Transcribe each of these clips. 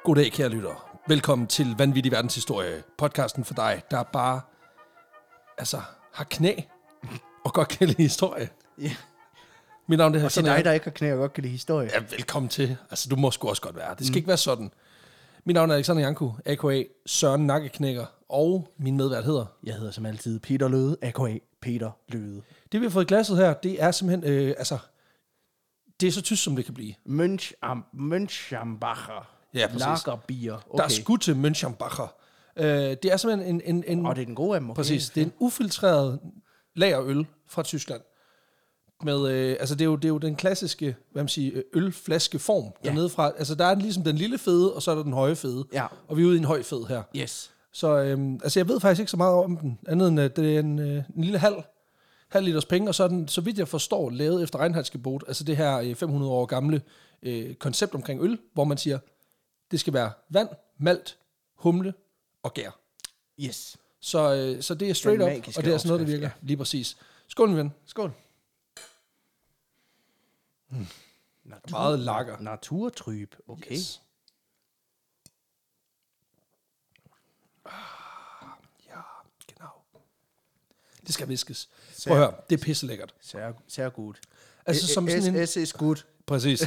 Goddag, kære lytter. Velkommen til Vanvittig Verdenshistorie, podcasten for dig, der bare har knæ og godt kan lide historie. Ja. Mit navn det her. Og til dig, der ikke har knæ og godt kan lide historie. Ja, velkommen til. Du må sgu også godt være. Det skal ikke være sådan. Mit navn er Alexander Janku, a.k.a. Søren Nakkeknækker, og min medvært hedder... Jeg hedder som altid Peter Løde, a.k.a. Peter Løde. Det vi har fået i glasset her, det er simpelthen, det er så tysk, som det kan blive. Mönchhambacher. Ja, præcis. Lagerbier. Okay. Der er skud til Mönchhambacher. Det er simpelthen en Og det er den gode af dem. Okay. Præcis, det er en ufiltreret lagerøl fra Tyskland. Med, det er jo den klassiske, ølflaskeform dernede fra. Altså, der er ligesom den lille fede, og så er der den høje fede. Ja. Og vi er ude i en høj fed her. Yes. Så jeg ved faktisk ikke så meget om den, andet end at det er en lille halv liters penge, og så er den, så vidt jeg forstår, lavet efter Reinheitsgebot, altså det her 500 år gamle koncept omkring øl, hvor man siger, det skal være vand, malt, humle og gær. Yes. Så det er straight up, og det er sådan noget, der virker. Ja. Lige præcis. Skål, min ven. Skål. Meget lager. Naturtryb. Okay. Yes. Ja, genau. Det skal viskes. Prøv at høre, det er pisselækkert. Sehr gut. Altså som sådan en... SS is good. Præcis.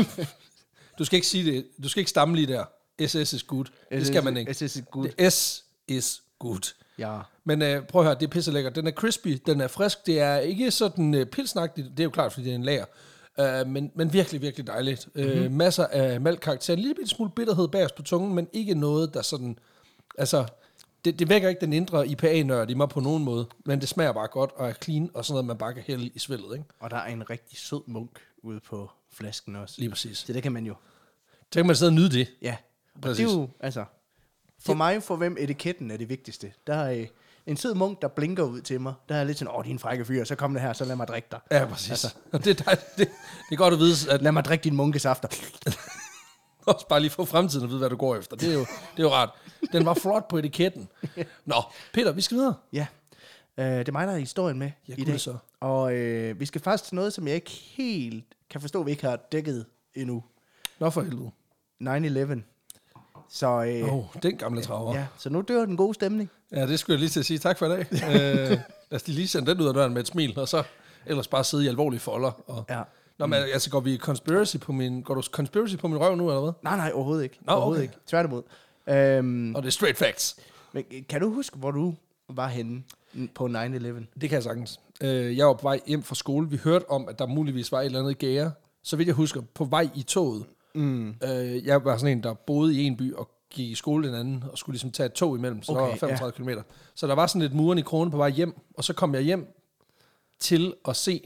Du skal ikke sige det. Du skal ikke stamme lige der. SS is good. Det skal man ikke. SS is good. S is good. Ja. Men prøv at høre, det er pisselækkert. Den er crispy, den er frisk. Det er ikke sådan pilsnagtigt. Det er jo klart, fordi det er en lager. Men virkelig, virkelig dejligt. Masser af maltkarakter. En lille bitte smule bitterhed bagerst på tungen, men ikke noget, der sådan... Altså, det vækker ikke den indre IPA-nørd i mig på nogen måde, men det smager bare godt og er clean, og sådan noget, man bare kan hælde i svældet, ikke? Og der er en rigtig sød munk ude på flasken også. Lige præcis. Så det kan man jo... Så kan man sidde og nyde det. Ja. Præcis. Det er jo, altså... For mig, for hvem etiketten er det vigtigste. Der er en sød munk, der blinker ud til mig. Der er lidt sådan, din frække fyr, så kom det her, så lad mig drikke dig. Ja, præcis. Altså. Det er godt at vide, at... Lad mig drikke din munkesafter. Også bare lige få fremtiden at vide, hvad du går efter. Det er jo rart. Den var flot på etiketten. Nå, Peter, vi skal videre. Ja, det er mig, der har historien med i dag. Så. Og vi skal faktisk til noget, som jeg ikke helt kan forstå, vi ikke har dækket endnu. Nå for helvede. 9/11. Så, den gamle traver. Ja, så nu dør den gode stemning. Ja, det skulle jeg lige til at sige. Tak for i dag. Lad os lige sende den ud af døren med et smil, og så ellers bare sidde i alvorlige folder. Og... Ja. Nå, men altså, går du conspiracy på min røv nu, eller hvad? Nej, overhovedet ikke. Nå, overhovedet okay. ikke. Tværtimod. Og det er straight facts. Men kan du huske, hvor du var henne på 9/11? Det kan jeg sagtens. Jeg var på vej hjem fra skole. Vi hørte om, at der muligvis var et eller andet i Gære. Så vidt jeg husker, på vej i toget. Jeg var sådan en, der boede i en by og gik i skole den anden, og skulle ligesom tage et tog imellem, så der var 35 kilometer. Så der var sådan lidt muren i kronen på vej hjem, og så kom jeg hjem til at se...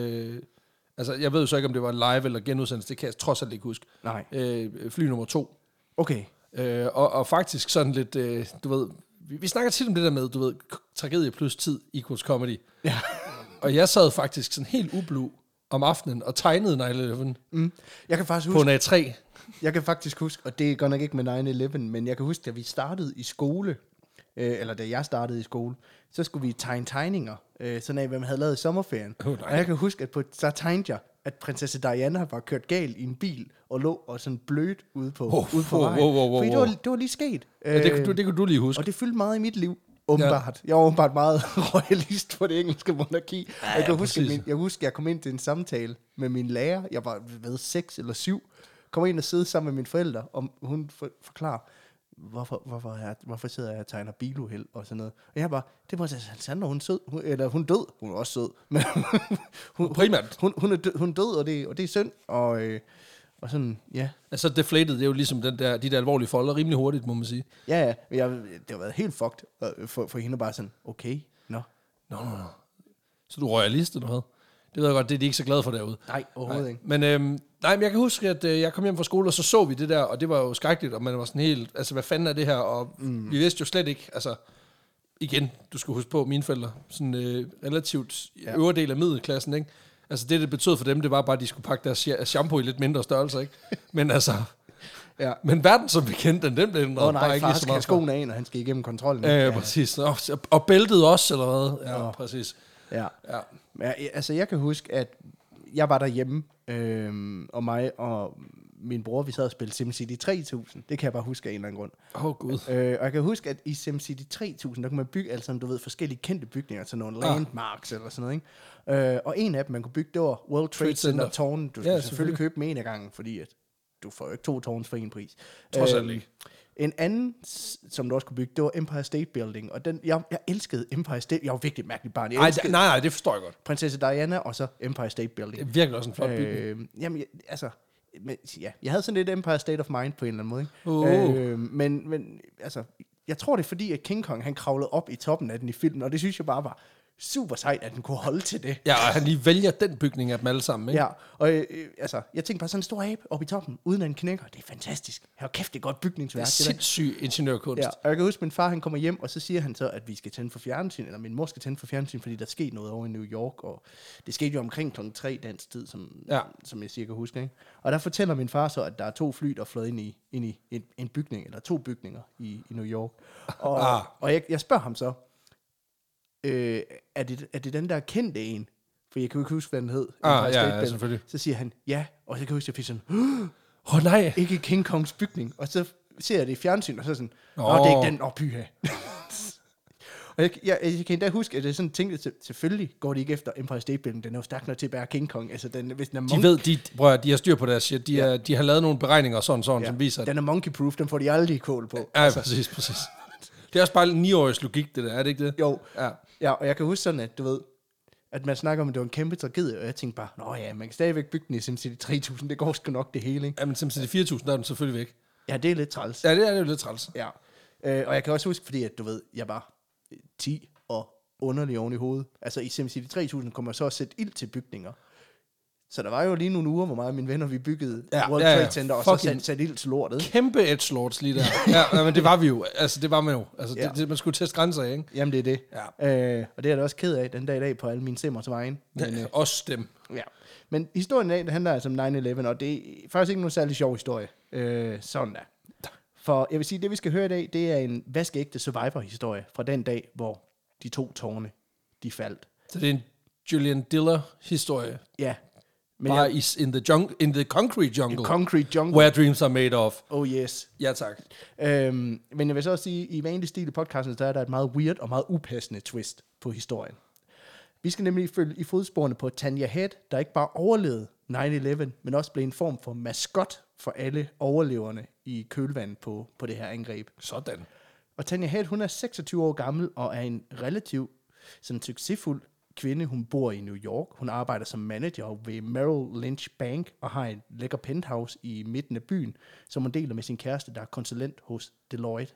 jeg ved jo så ikke, om det var live eller genudsendelse, det kan jeg trods alt ikke huske. Nej. Fly nummer 2. Okay. Og faktisk sådan lidt, du ved... Vi snakker tit om det der med, du ved, tragedie plus tid equals comedy. Ja. Og jeg sad faktisk sådan helt ublu om aftenen og tegnede 9/11 Jeg kan faktisk på huske, en A3. jeg kan faktisk huske, og det er godt nok ikke med 9/11, men jeg kan huske, da vi startede i skole, eller da jeg startede i skole, så skulle vi tegne tegninger, sådan af, hvad man havde lavet i sommerferien. Og jeg kan huske, at så tegnede jeg, at prinsesse Diana var kørt galt i en bil, og lå og sådan blødt ude på vejen. Fordi det var lige sket. Det kunne du lige huske. Og det fyldte meget i mit liv. Åbenbart. Ja. Jeg var åbenbart meget royalist på det engelske monarki. Ja, jeg husker, jeg kom ind til en samtale med min lærer. Jeg var 6 eller 7. Kom ind og sidde sammen med mine forældre, og hun forklarer, hvorfor sidder jeg og tegner biluheld og sådan noget. Og jeg bare, det var Sandra, hun er sød. Hun død. Hun er også sød. Men primært. Hun død, og det er synd. Og sådan, ja. Altså deflated, det er jo ligesom de der alvorlige folder, rimelig hurtigt, må man sige. Ja. Det har været helt fucked for hende bare sådan, okay, nå. Nå. Så du er royalist, eller hvad? Det ved jeg godt, det er de ikke så glade for derude. Nej, overhovedet ikke. Men men jeg kan huske, at jeg kom hjem fra skole, og så vi det der, og det var jo skrækkeligt, og man var sådan helt, altså hvad fanden er det her? Og vi vidste jo slet ikke, altså igen, du skal huske på, mine forældre, sådan relativt øvre del af middelklassen, ikke? Altså det betød for dem, det var bare, at de skulle pakke deres shampoo i lidt mindre størrelse, ikke? Men altså... Ja. Men verden, som vi kendte, den blev ændret. Nej, bare far skal have skoene af, når han skal igennem kontrollen. Ja, præcis. Og bæltet også, eller hvad? Ja, præcis. Ja. Altså, jeg kan huske, at jeg var derhjemme, og mig og min bror, vi sad og spillede SimCity 3000. Det kan jeg bare huske af en eller anden grund. Gud. Og jeg kan huske, at i SimCity 3000, der kunne man bygge altså, du ved, forskellige kendte bygninger, altså nogle landmarks eller sådan noget, ikke? Og en af dem, man kunne bygge, det var World Trade Center tårn. Du skal selvfølgelig købe dem en af gangen, fordi at du får jo ikke 2 tårns for en pris. Trods alt ikke. En anden, som du også kunne bygge, det var Empire State Building. Og den, jeg elskede Empire State. Jeg var virkelig mærkeligt barn. Nej, det forstår jeg godt. Prinsesse Diana og så Empire State Building. Det er virkelig også en flot bygning. Jamen, jeg havde sådan lidt Empire State of Mind på en eller anden måde. Men altså, jeg tror det er fordi, at King Kong, han kravlede op i toppen af den i filmen, og det synes jeg bare var super sejt, at den kunne holde til det. Ja, og han lige vælger den bygning af dem alle sammen, ikke? Ja, og altså, jeg tænkte bare sådan en stor abe oppe i toppen, uden at den knækker. Det er fantastisk. Hold kæft, det er godt bygningsværk. Det er sindssyg ingeniørkunst. Ja, og jeg kan huske, min far, han kommer hjem, og så siger han så, at vi skal tænde for fjernsyn, eller min mor skal tænde for fjernsyn, fordi der skete noget over i New York, og det skete jo omkring kl. 3 dansk tid, som jeg cirka husker, ikke? Og der fortæller min far så, at der er 2 fly, der er fløjet ind i en bygning, eller 2 bygninger i New York. Og jeg spørger ham så, er det den der kendte en? For jeg kan jo ikke huske, hvad den hed. Ja, selvfølgelig. Så siger han, ja. Og så kan jeg huske, at jeg fik sådan, nej. Ikke King Kongs bygning. Og så ser jeg det i fjernsyn, og så sådan, det er ikke den, pyha. Og jeg kan endda huske, at jeg sådan tænkte, selvfølgelig går de ikke efter Empire State Building. Den er jo stærk nok til at bære King Kong. Altså, hvis den er de ved, de har styr på deres shit. De har lavet nogle beregninger sådan, som viser, den er monkey-proof, den får de aldrig kål på. Ja, præcis. Det er også bare 9-årigs logik, det der, er det ikke det? Jo. Ja, og jeg kan huske sådan, at du ved, at man snakker om, at det var en kæmpe tragedie, og jeg tænkte bare, man kan stadigvæk bygge den i SimCity 3000, det går sgu nok det hele, ikke? Ja, men SimCity 4000, der er den selvfølgelig væk. Ja, det er lidt træls. Ja, det er jo lidt træls. Ja, og jeg kan også huske, fordi at du ved, jeg var 10 og underlig oven i hovedet. Altså i SimCity 3000 kommer jeg så at sætte ild til bygninger. Så der var jo lige nogle uger, hvor meget af mine venner, vi byggede World Trade Center, og så satte ild til lortet. Kæmpe edgelords lige der. Ja, men det var vi jo. Altså, det var man jo. Altså, man skulle teste grænser, ikke? Jamen, det er det. Ja. Og det er jeg da også ked af den dag i dag på alle mine simmers vejen. Men, også dem. Ja. Men historien af, det handler altså om 9/11, og det er faktisk ikke nogen særlig sjov historie. Sådan der. For jeg vil sige, det vi skal høre i dag, det er en vaskeægte survivor-historie fra den dag, hvor de 2 tårne, de faldt. Så det er en Julian Diller-historie. Ja. Men in the concrete jungle. The concrete jungle. Where dreams are made of. Oh yes. Ja, tak. Men jeg vil så også sige, i vanlig stil i podcasten, der er der et meget weird og meget upassende twist på historien. Vi skal nemlig følge i fodsporene på Tanya Head, der ikke bare overlevede 9/11, men også blev en form for maskot for alle overleverne i kølvandet på det her angreb. Sådan. Og Tanya Head, hun er 26 år gammel og er en relativt sådan succesfuld kvinde. Hun bor i New York. Hun arbejder som manager ved Merrill Lynch Bank og har et lækker penthouse i midten af byen, som hun deler med sin kæreste, der er konsulent hos Deloitte.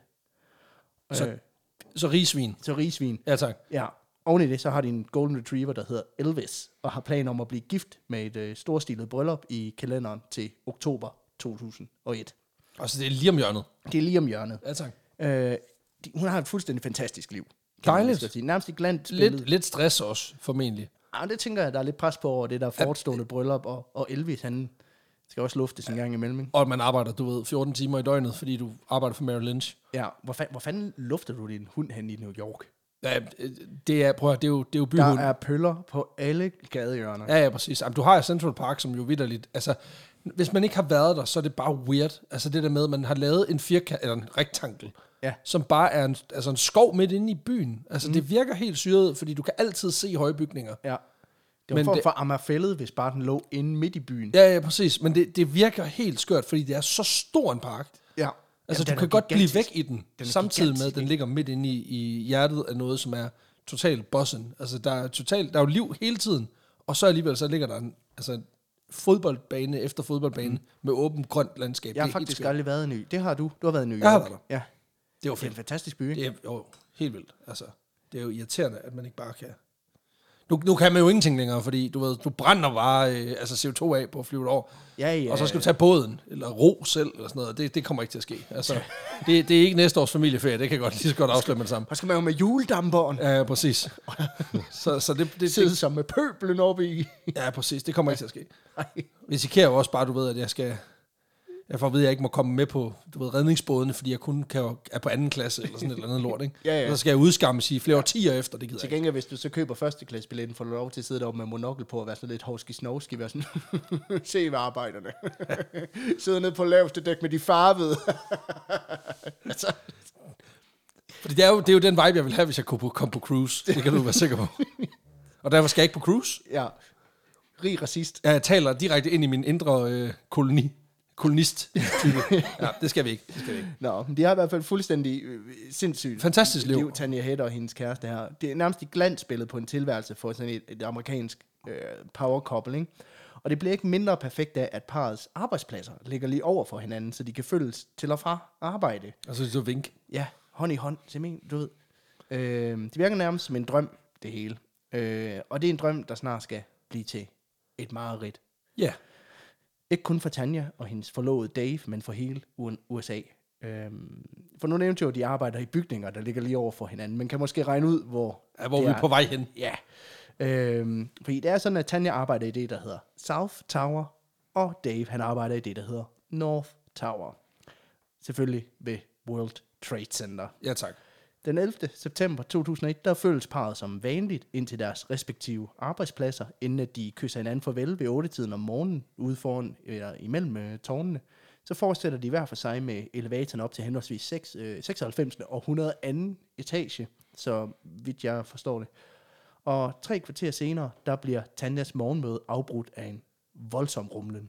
Så rigsvin. Så rigsvin. Ja, tak. Ja. Oven i det, så har de en golden retriever, der hedder Elvis, og har planer om at blive gift med et storstilet bryllup i kalenderen til oktober 2001. Altså, det er lige om hjørnet. Det er lige om hjørnet. Ja, tak. Hun har et fuldstændig fantastisk liv. Dejligt. Nærmest et glant lidt stress også, formentlig. Ja, det tænker jeg, der er lidt pres på over det der forestående bryllup, og Elvis, han skal også lufte sin gang imellem. Ikke? Og at man arbejder, du ved, 14 timer i døgnet, fordi du arbejder for Merrill Lynch. Ja, hvor fanden lufter du din hund hen i New York? Ja, det er jo byhund. Der er pøller på alle gadehjørner. Ja, præcis. Jamen, du har Central Park, som jo vitterligt, altså, hvis man ikke har været der, så er det bare weird. Altså det der med, at man har lavet en eller en rektangel, som bare er en skov midt inde i byen. Altså det virker helt syret, fordi du kan altid se høje bygninger. Ja. Det var for Amagerfællet, hvis bare den lå inde midt i byen. Ja, præcis. Men det virker helt skørt, fordi det er så stor en park. Ja. Altså, du kan godt blive væk i den samtidig med, at den ligger midt inde i hjertet af noget, som er totalt bossen. Altså, der er jo liv hele tiden, og så alligevel, så ligger der en fodboldbane efter fodboldbane med åbent grønt landskab. Jeg har faktisk aldrig været i Ny. Det har du. Du har været i Ny. Jeg har været der. Ja. Det var fedt. Det er en fantastisk by, ikke? Det er jo helt vildt. Altså, det er jo irriterende, at man ikke bare kan... Nu kan man jo ingenting længere, fordi du brænder bare CO2 af på at flyve et år. Ja. Og så skal du tage båden, eller ro selv, eller sådan noget. Det kommer ikke til at ske. Altså, det er ikke næste års familieferie, det kan jeg godt lige så godt afsløre med det samme. Og skal man jo med juledamperen. Ja, præcis. så det sidder som med pøblen oppe i. Ja, præcis. Det kommer ikke til at ske. Jeg risikerer jo også bare, du ved, at jeg Derfor ved jeg ikke må komme med på redningsbådene, fordi jeg kun er på anden klasse, eller sådan et eller andet lort, ikke? Ja. Så skal jeg udskammes i flere årtier efter, det gider Til gengæld, hvis du så køber førsteklassebilletten, får du lov til at sidde deroppe med monokkel på, og være sådan lidt hovski-snovski, være sådan, se ved arbejderne. Sidde nede på laveste dæk med de farvede. Altså. Fordi det er jo den vibe, jeg vil have, hvis jeg kunne komme på cruise. Det kan du være sikker på. Og derfor skal jeg ikke på cruise. Ja. Rig racist. Jeg taler direkte ind i min indre kolonist-type. Ja, det skal vi ikke. Nå, de har i hvert fald fuldstændig sindssygt fantastisk liv. Tanya Hedder og hendes kæreste her. Det er nærmest et glansbillede på en tilværelse for sådan et amerikansk power couple, ikke? Og det bliver ikke mindre perfekt af, at parrets arbejdspladser ligger lige over for hinanden, så de kan følges til og fra arbejde. Altså så vink. Ja, hånd i hånd, simpelthen, du ved. Det virker nærmest som en drøm, det hele. Og det er en drøm, der snart skal blive til et mareridt. Ja. Yeah. Ikke kun for Tanya og hendes forlovede Dave, men for hele USA. For nu nævnte jo, at de arbejder i bygninger, der ligger lige over for hinanden. Man kan måske regne ud, hvor vi er på vej hen. Ja. Fordi det er sådan, at Tanya arbejder i det, der hedder South Tower, og Dave, han arbejder i det, der hedder North Tower. Selvfølgelig ved World Trade Center. Ja, tak. Den 11. september 2001, der følges parret som vanligt ind til deres respektive arbejdspladser, inden at de kysser hinanden farvel ved 8-tiden om morgenen, ude foran eller imellem tårnene. Så fortsætter de hver for sig med elevatoren op til henholdsvis 96. og 102. etage, så vidt jeg forstår det. Og 3 kvarter senere, der bliver Tanyas morgenmøde afbrudt af en voldsom rumlen.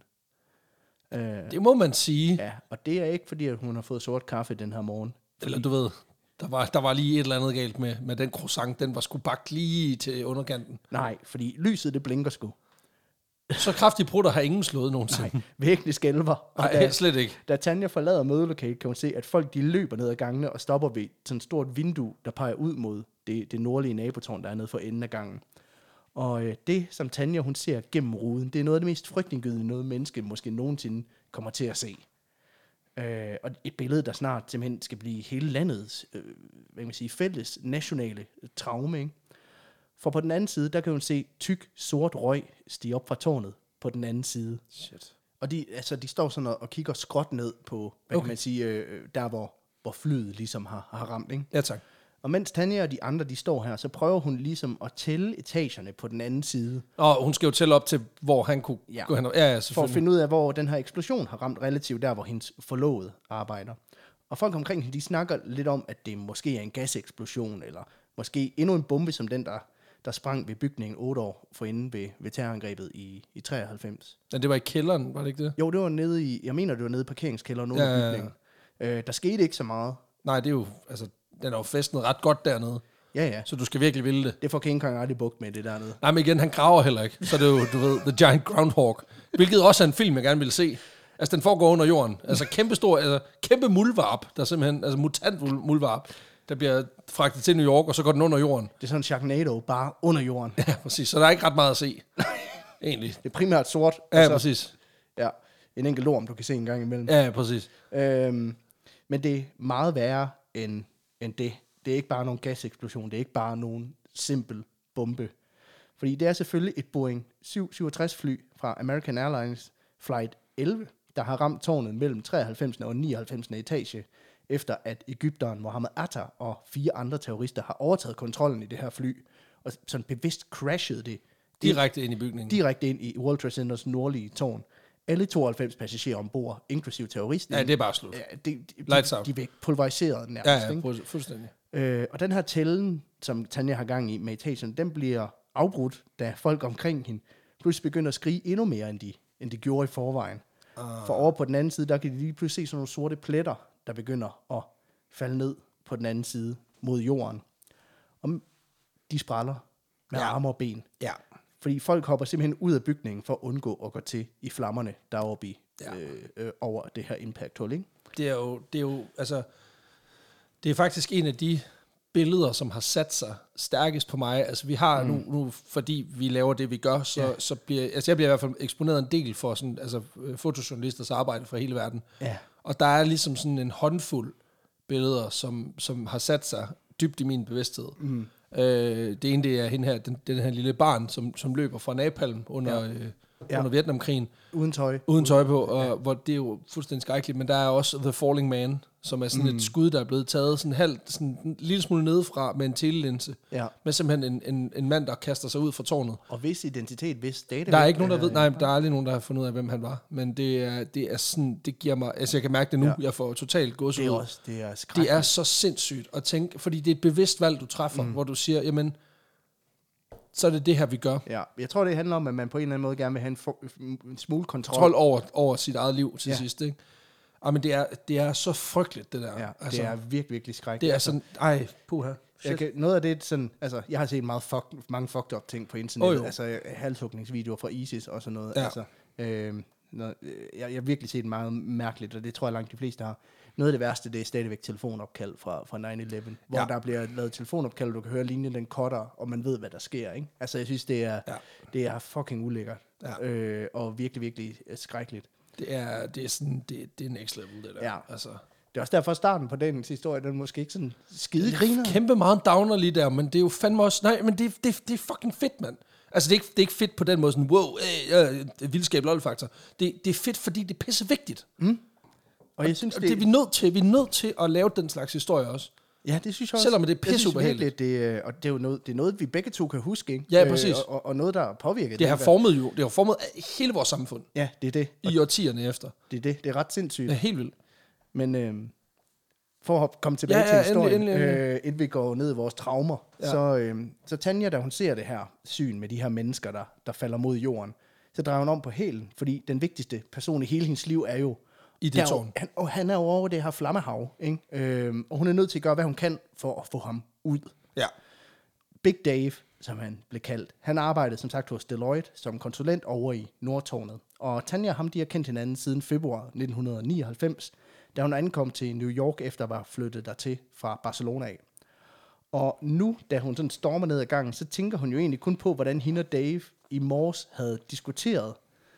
Det må man sige. Ja, og det er ikke fordi, at hun har fået sort kaffe den her morgen. Eller du ved, der var lige et eller andet galt med den croissant. Den var sgu bagt lige til underkanten. Nej, fordi lyset, det blinker sgu. Så kraftige prutter har ingen slået nogensinde. Nej, virkelig skælver. Nej, slet ikke. Da Tanya forlader mødelokalet, kan hun se, at folk de løber ned ad gangene og stopper ved sådan et stort vindue, der peger ud mod det nordlige nabotårn, der er nede for enden af gangen. Og det, som Tanya hun ser gennem ruden, det er noget af det mest frygtindgydende, noget menneske måske nogensinde kommer til at se. Og et billede, der snart simpelthen skal blive hele landets fælles nationale traume, ikke? For på den anden side, der kan hun se tyk, sort røg stige op fra tårnet på den anden side. Shit. Og de står sådan og kigger skråt ned på, kan man sige, der hvor flyet ligesom har ramt, ikke? Ja, tak. Og mens Tanya og de andre, de står her, så prøver hun ligesom at tælle etagerne på den anden side. Og hun skal jo tælle op til, hvor han kunne gå hen. Ja, for at finde ud af, hvor den her eksplosion har ramt relativt der, hvor hendes forlovede arbejder. Og folk omkring hende, de snakker lidt om, at det måske er en gaseksplosion, eller måske endnu en bombe, som den, der sprang ved bygningen 8 år forinden ved terrorangrebet i 93. Ja, det var i kælderen, var det ikke det? Jo, det var nede i, jeg mener, det var nede i parkeringskælderen under bygningen. Der skete ikke så meget. Nej, det er jo, altså, den er jo fæstnet ret godt dernede. Ja. Så du skal virkelig ville det. Det får King Kong aldrig bugt med, det dernede. Nej, men igen, han graver heller ikke. Så det er jo, du ved, The Giant Groundhog. Hvilket også er en film, jeg gerne vil se. Altså, den foregår under jorden. Altså, kæmpe muldvarp, der simpelthen, altså mutant muldvarp, der bliver fragtet til New York, og så går den under jorden. Det er sådan en Sharknado, bare under jorden. Ja, præcis. Så der er ikke ret meget at se. Egentlig. Det er primært sort. Ja, præcis. Ja, en enkelt orm, du kan se en gang imellem. Ja, præcis. Men det er meget værre end det. Det er ikke bare nogen gaseksplosion. Det er ikke bare nogen simpel bombe. Fordi det er selvfølgelig et Boeing 767 fly fra American Airlines Flight 11, der har ramt tårnet mellem 93. og 99. etage, efter at Egypteren Mohammed Atta og 4 andre terrorister har overtaget kontrollen i det her fly, og sådan bevidst crashede det. Direkte ind i bygningen. Direkte ind i World Trade Centers nordlige tårn. Alle 92 passagerer ombord, inklusive terroristen. Ja, det er bare slut. Ja, de er væk pulveriseret nærmest. Ja, fuldstændig. Og den her tællen, som Tanya har gang i med etagen, den bliver afbrudt, da folk omkring hende pludselig begynder at skrige endnu mere, end de gjorde i forvejen. For over på den anden side, der kan de lige pludselig se sådan nogle sorte pletter, der begynder at falde ned på den anden side mod jorden. Og de spræller med arme og ben. Ja. Fordi folk hopper simpelthen ud af bygningen for at undgå at gå til i flammerne deroppe over det her impact-hul, ikke? Det er jo, altså, det er faktisk en af de billeder, som har sat sig stærkest på mig. Altså, vi har nu, fordi vi laver det, vi gør, så bliver, altså, jeg bliver i hvert fald eksponeret en del for sådan, altså, fotojournalisters arbejde fra hele verden. Ja. Og der er ligesom sådan en håndfuld billeder, som har sat sig dybt i min bevidsthed. Det ene, det er hende her, den her lille barn, som løber fra napalm under under Vietnamkrigen. Uden tøj På, og hvor det er jo fuldstændig skrækkeligt, men der er også The Falling Man, som er sådan et skud, der er blevet taget sådan en lille smule nedefra med en telelinse. Ja. Med simpelthen en mand, der kaster sig ud fra tårnet. Og hvis identitet, hvis stadigvæk... Der er ikke nogen, der ved, nej, der er aldrig nogen, der har fundet ud af, hvem han var. Men det er sådan, det giver mig, altså jeg kan mærke det nu, jeg får totalt gåsehud. Det er skrækkeligt. Det er så sindssygt at tænke, fordi det er et bevidst valg, du træffer, hvor du siger, jamen, så er det her, vi gør. Ja, jeg tror, det handler om, at man på en eller anden måde gerne vil have en smule kontrol over sit eget liv til sidst, ikke? Men det er så frygteligt, det der. Ja, altså, det er virkelig, virkelig skrækkeligt. Det er sådan, puha. Noget af det sådan, altså, jeg har set mange fucked up ting på internettet, altså halshugningsvideoer fra ISIS og sådan noget. Ja. Altså, jeg har virkelig set meget mærkeligt, og det tror jeg langt de fleste har. Noget af det værste, det er stadigvæk telefonopkald fra 9/11, hvor der bliver lavet telefonopkald, og du kan høre linjen, den cutter, og man ved, hvad der sker, ikke? Altså, jeg synes, det er fucking ulækkert, og virkelig, virkelig skrækkeligt. Det er next level, det der. Ja. Altså. Det er også derfor, starten på den historie, den er måske ikke sådan skide griner. Kæmpe meget downer lige der, men det er jo fandme også... Nej, men det er fucking fedt, mand. Altså, det er ikke fedt på den måde, sådan, wow, vildskab, lol-faktor. Det er fedt, fordi det er pisse vigtigt. Og jeg synes, vi er nødt til at lave den slags historie også. Ja, det synes jeg også. Selvom det er pisse ubehageligt. Og det er jo noget, vi begge to kan huske, ikke? Ja, præcis. Og noget, der påvirker det har formet hele vores samfund. Ja, det er det. I årtierne efter. Det er ret sindssygt. Det er helt vildt. Men for at komme tilbage til historien, endelig. Inden vi går ned i vores traumer, så Tanja, da hun ser det her syn med de her mennesker, der falder mod jorden, så drejer hun om på hælen, fordi den vigtigste person i hele hendes liv er jo i det tårn. Og han er jo over det her flammehav, ikke? Og hun er nødt til at gøre, hvad hun kan for at få ham ud. Ja. Big Dave, som han blev kaldt, han arbejdede som sagt hos Deloitte som konsulent over i Nordtårnet. Og Tanja og ham, de har kendt hinanden siden februar 1999, da hun ankom til New York efter at være flyttet dertil fra Barcelona af. Og nu, da hun sådan stormer ned ad gangen, så tænker hun jo egentlig kun på, hvordan hende og Dave i morges havde diskuteret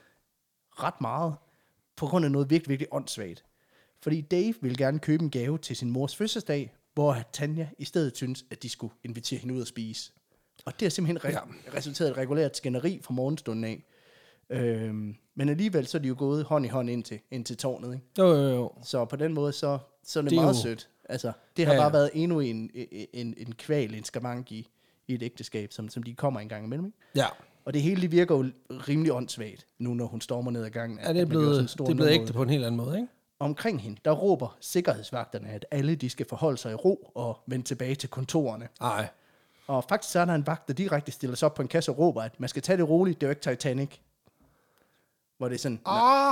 ret meget, på grund af noget virkelig, virkelig åndssvagt. Fordi Dave ville gerne købe en gave til sin mors fødselsdag, hvor Tanja i stedet synes, at de skulle invitere hende ud at spise. Og det har simpelthen resulteret i et regulært skænderi fra morgenstunden af. Men alligevel så er de jo gået hånd i hånd ind til tårnet, ikke? Jo. Så på den måde, så er det meget sødt. Altså, det har bare været endnu en kval, en skavank i et ægteskab, som de kommer en gang imellem, ikke? Ja. Og det hele virker jo rimelig åndssvagt, nu når hun stormer ned ad gangen. Ja, det er blevet ægte på en helt anden måde, ikke? Omkring hende, der råber sikkerhedsvagterne, at alle de skal forholde sig i ro og vende tilbage til kontorerne. Nej. Og faktisk så er der en vagt, der direkte stiller sig op på en kasse og råber, at man skal tage det roligt, det er jo ikke Titanic. Hvor det er sådan...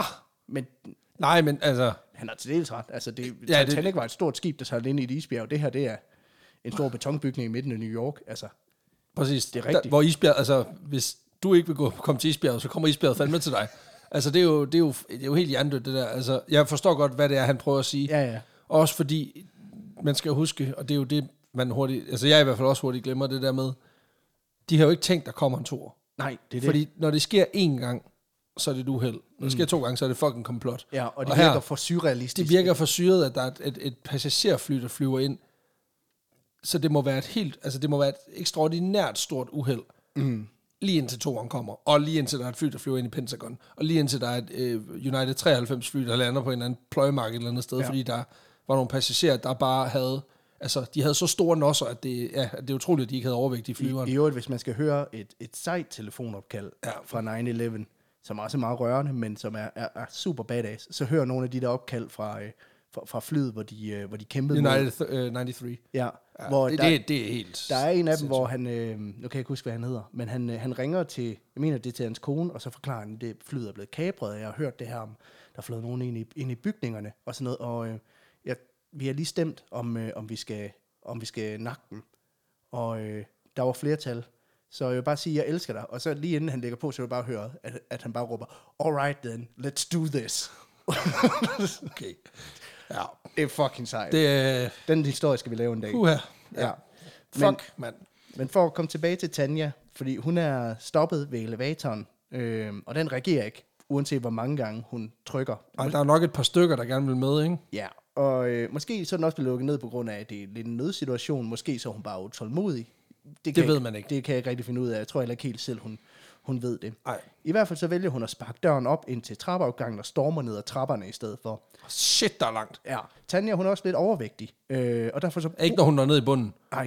Nej, men altså... Han har til dels ret. Altså, Titanic var et stort skib, der sejlede ind i et isbjerg. Det her, det er en stor betonbygning i midten af New York. Altså, præcis. Det er rigtigt. Hvor isbjerg... Altså, hvis du ikke vil komme til isbjerget, så kommer isbjerget fandme til dig. Altså, det er jo helt hjernedødt, det der. Altså, jeg forstår godt, hvad det er, han prøver at sige. Ja. Også fordi, man skal huske, og det er jo det, man hurtigt... Altså, jeg i hvert fald også hurtigt glemmer det der med, de har jo ikke tænkt, der kommer en toer. Nej, det er det. Fordi når det sker én gang, så er det et uheld. Når det sker 2 gange, så er det fucking komplot. Ja, og det virker for surrealistisk. Det virker for syret, at der er et passagerfly, der flyver ind. Så det må være et ekstraordinært stort uheld. Lige indtil 2'eren kommer. Og lige indtil der er et fly, der flyver ind i Pentagon. Og lige indtil der er et United 93 fly, der lander på en eller anden pløjemark et eller andet sted. Ja. Fordi der var nogle passagerer, der bare havde... Altså, de havde så store nosser, at det er utroligt, at de ikke havde overvægt i flyveren. I øvrigt, hvis man skal høre et sejt telefonopkald fra 9/11, som også er meget rørende, men som er super badass, så hører nogle af de der opkald fra flyet, hvor de kæmpede United 93. Ja. Hvor det er helt... Der er en af dem, hvor han... nu kan jeg ikke huske, hvad han hedder, men han ringer til... Jeg mener, det er til hans kone, og så forklarer han, at flyet er blevet kapret, og jeg har hørt det her om, der er flået nogen ind i bygningerne, og sådan noget, og vi har lige stemt, om vi skal nakke dem, og der var flertal. Så jeg vil bare sige, at jeg elsker dig. Og så lige inden han lægger på, så vil jeg bare høre, at han bare råber, alright then, let's do this. Okay. Ja. Det er fucking sejt. Den historie skal vi lave en dag. Ja. Fuck, mand. Men for at komme tilbage til Tanja, fordi hun er stoppet ved elevatoren, og den reagerer ikke, uanset hvor mange gange hun trykker. Og der er nok et par stykker, der gerne vil med, ikke? Ja, og måske så er den også blevet lukket ned på grund af, at det er lidt en nødsituation. Måske så er hun bare utålmodig. Det ved man ikke. Det kan jeg ikke rigtig finde ud af. Jeg tror heller ikke helt selv, hun ved det. Nej. I hvert fald så vælger hun at sparke døren op ind til trappeafgangen og stormer ned ad trapperne i stedet for. Shit, der er langt. Ja, Tanja, hun er også lidt overvægtig. Og derfor så... Ikke når hun er nede i bunden. Nej.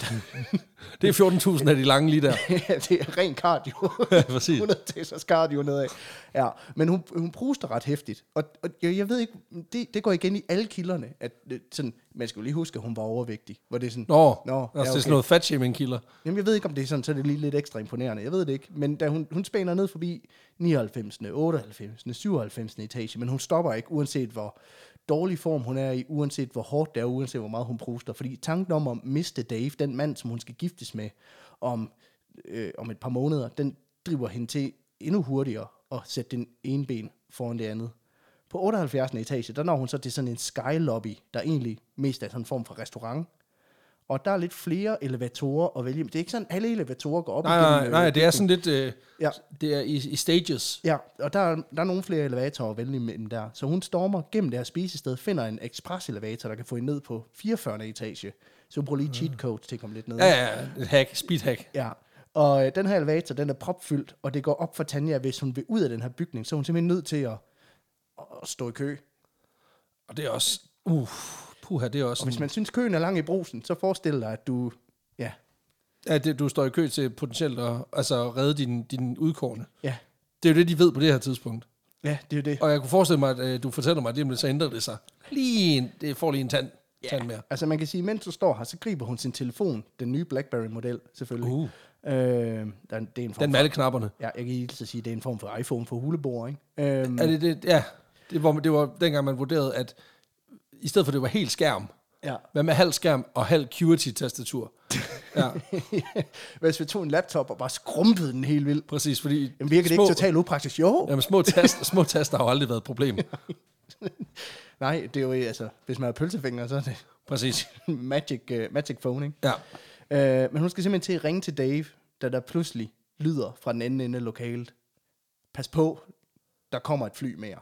Det er 14.000 af de lange lige der. Ja, det er ren cardio. Ja, præcis. 100 tesers cardio nedad. Ja, men hun pruster ret hæftigt. Og jeg ved ikke, det går igen i alle kilderne, at sådan, man skal jo lige huske, at hun var overvægtig. Hvor det er sådan, Nå, ja, altså okay. det er sådan noget fat-shaming-kilder. Jamen, jeg ved ikke, om det er sådan, så er det lige lidt ekstra imponerende. Jeg ved det ikke. Men da hun spænder ned forbi 99., 98., 97. etage, men hun stopper ikke, uanset hvor dårlig form hun er i, uanset hvor hårdt det er, uanset hvor meget hun pruster. Fordi tanken om at miste Dave, den mand, som hun skal giftes med om et par måneder, den driver hende til endnu hurtigere at sætte den ene ben foran det andet. På 78. etage, der når hun så til sådan en skylobby, der egentlig mest er sådan en form for restaurant. Og der er lidt flere elevatorer at vælge. Det er ikke sådan, alle elevatorer går op igennem... Nej, det er sådan lidt... ja. Det er i stages. Ja, og der er nogle flere elevatorer at vælge imellem der. Så hun stormer gennem det her spisested, finder en express-elevator, der kan få hende ned på 44. etage. Så hun bruger lige cheat code til at komme lidt ned. Ja, et hack, speed hack. Ja, og den her elevator, den er propfyldt, og det går op for Tanja, hvis hun vil ud af den her bygning, så er hun simpelthen nødt til at stå i kø. Og det er også... Puha, det er også... Og hvis man synes, køen er lang i brusen, så forestil dig, at du... Ja. Ja, du står i kø til potentielt at redde din udkårne. Ja. Det er jo det, de ved på det her tidspunkt. Ja, det er jo det. Og jeg kunne forestille mig, at du fortæller mig, at det så ændrer det sig. Det får lige en tand mere. Altså man kan sige, mens du står her, så griber hun sin telefon, den nye BlackBerry-model selvfølgelig. Det er en form den med alle knapperne. Ja, jeg kan lige så sige, det er en form for iPhone for huleboer, ikke? Er det? Ja, det var dengang, man vurderede, at i stedet for, det var helt skærm. Ja. Hvad med halv skærm og halv QWERTY-tastatur? Ja. Hvis vi tog en laptop og bare skrumpede den helt vildt. Præcis, fordi... Jamen virker det ikke totalt upraktisk? Jo. Jamen små taster har jo aldrig været et problem. Nej, det er jo altså, hvis man har pølsefingre, så er det... Præcis. magic phone, ikke? Ja. Men hun skal simpelthen til at ringe til Dave, da der pludselig lyder fra den anden ende af lokalet. Pas på, der kommer et fly mere.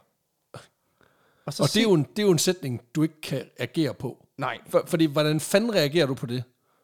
Og det er jo en sætning, du ikke kan agere på. Nej. Fordi, hvordan fanden reagerer du på det?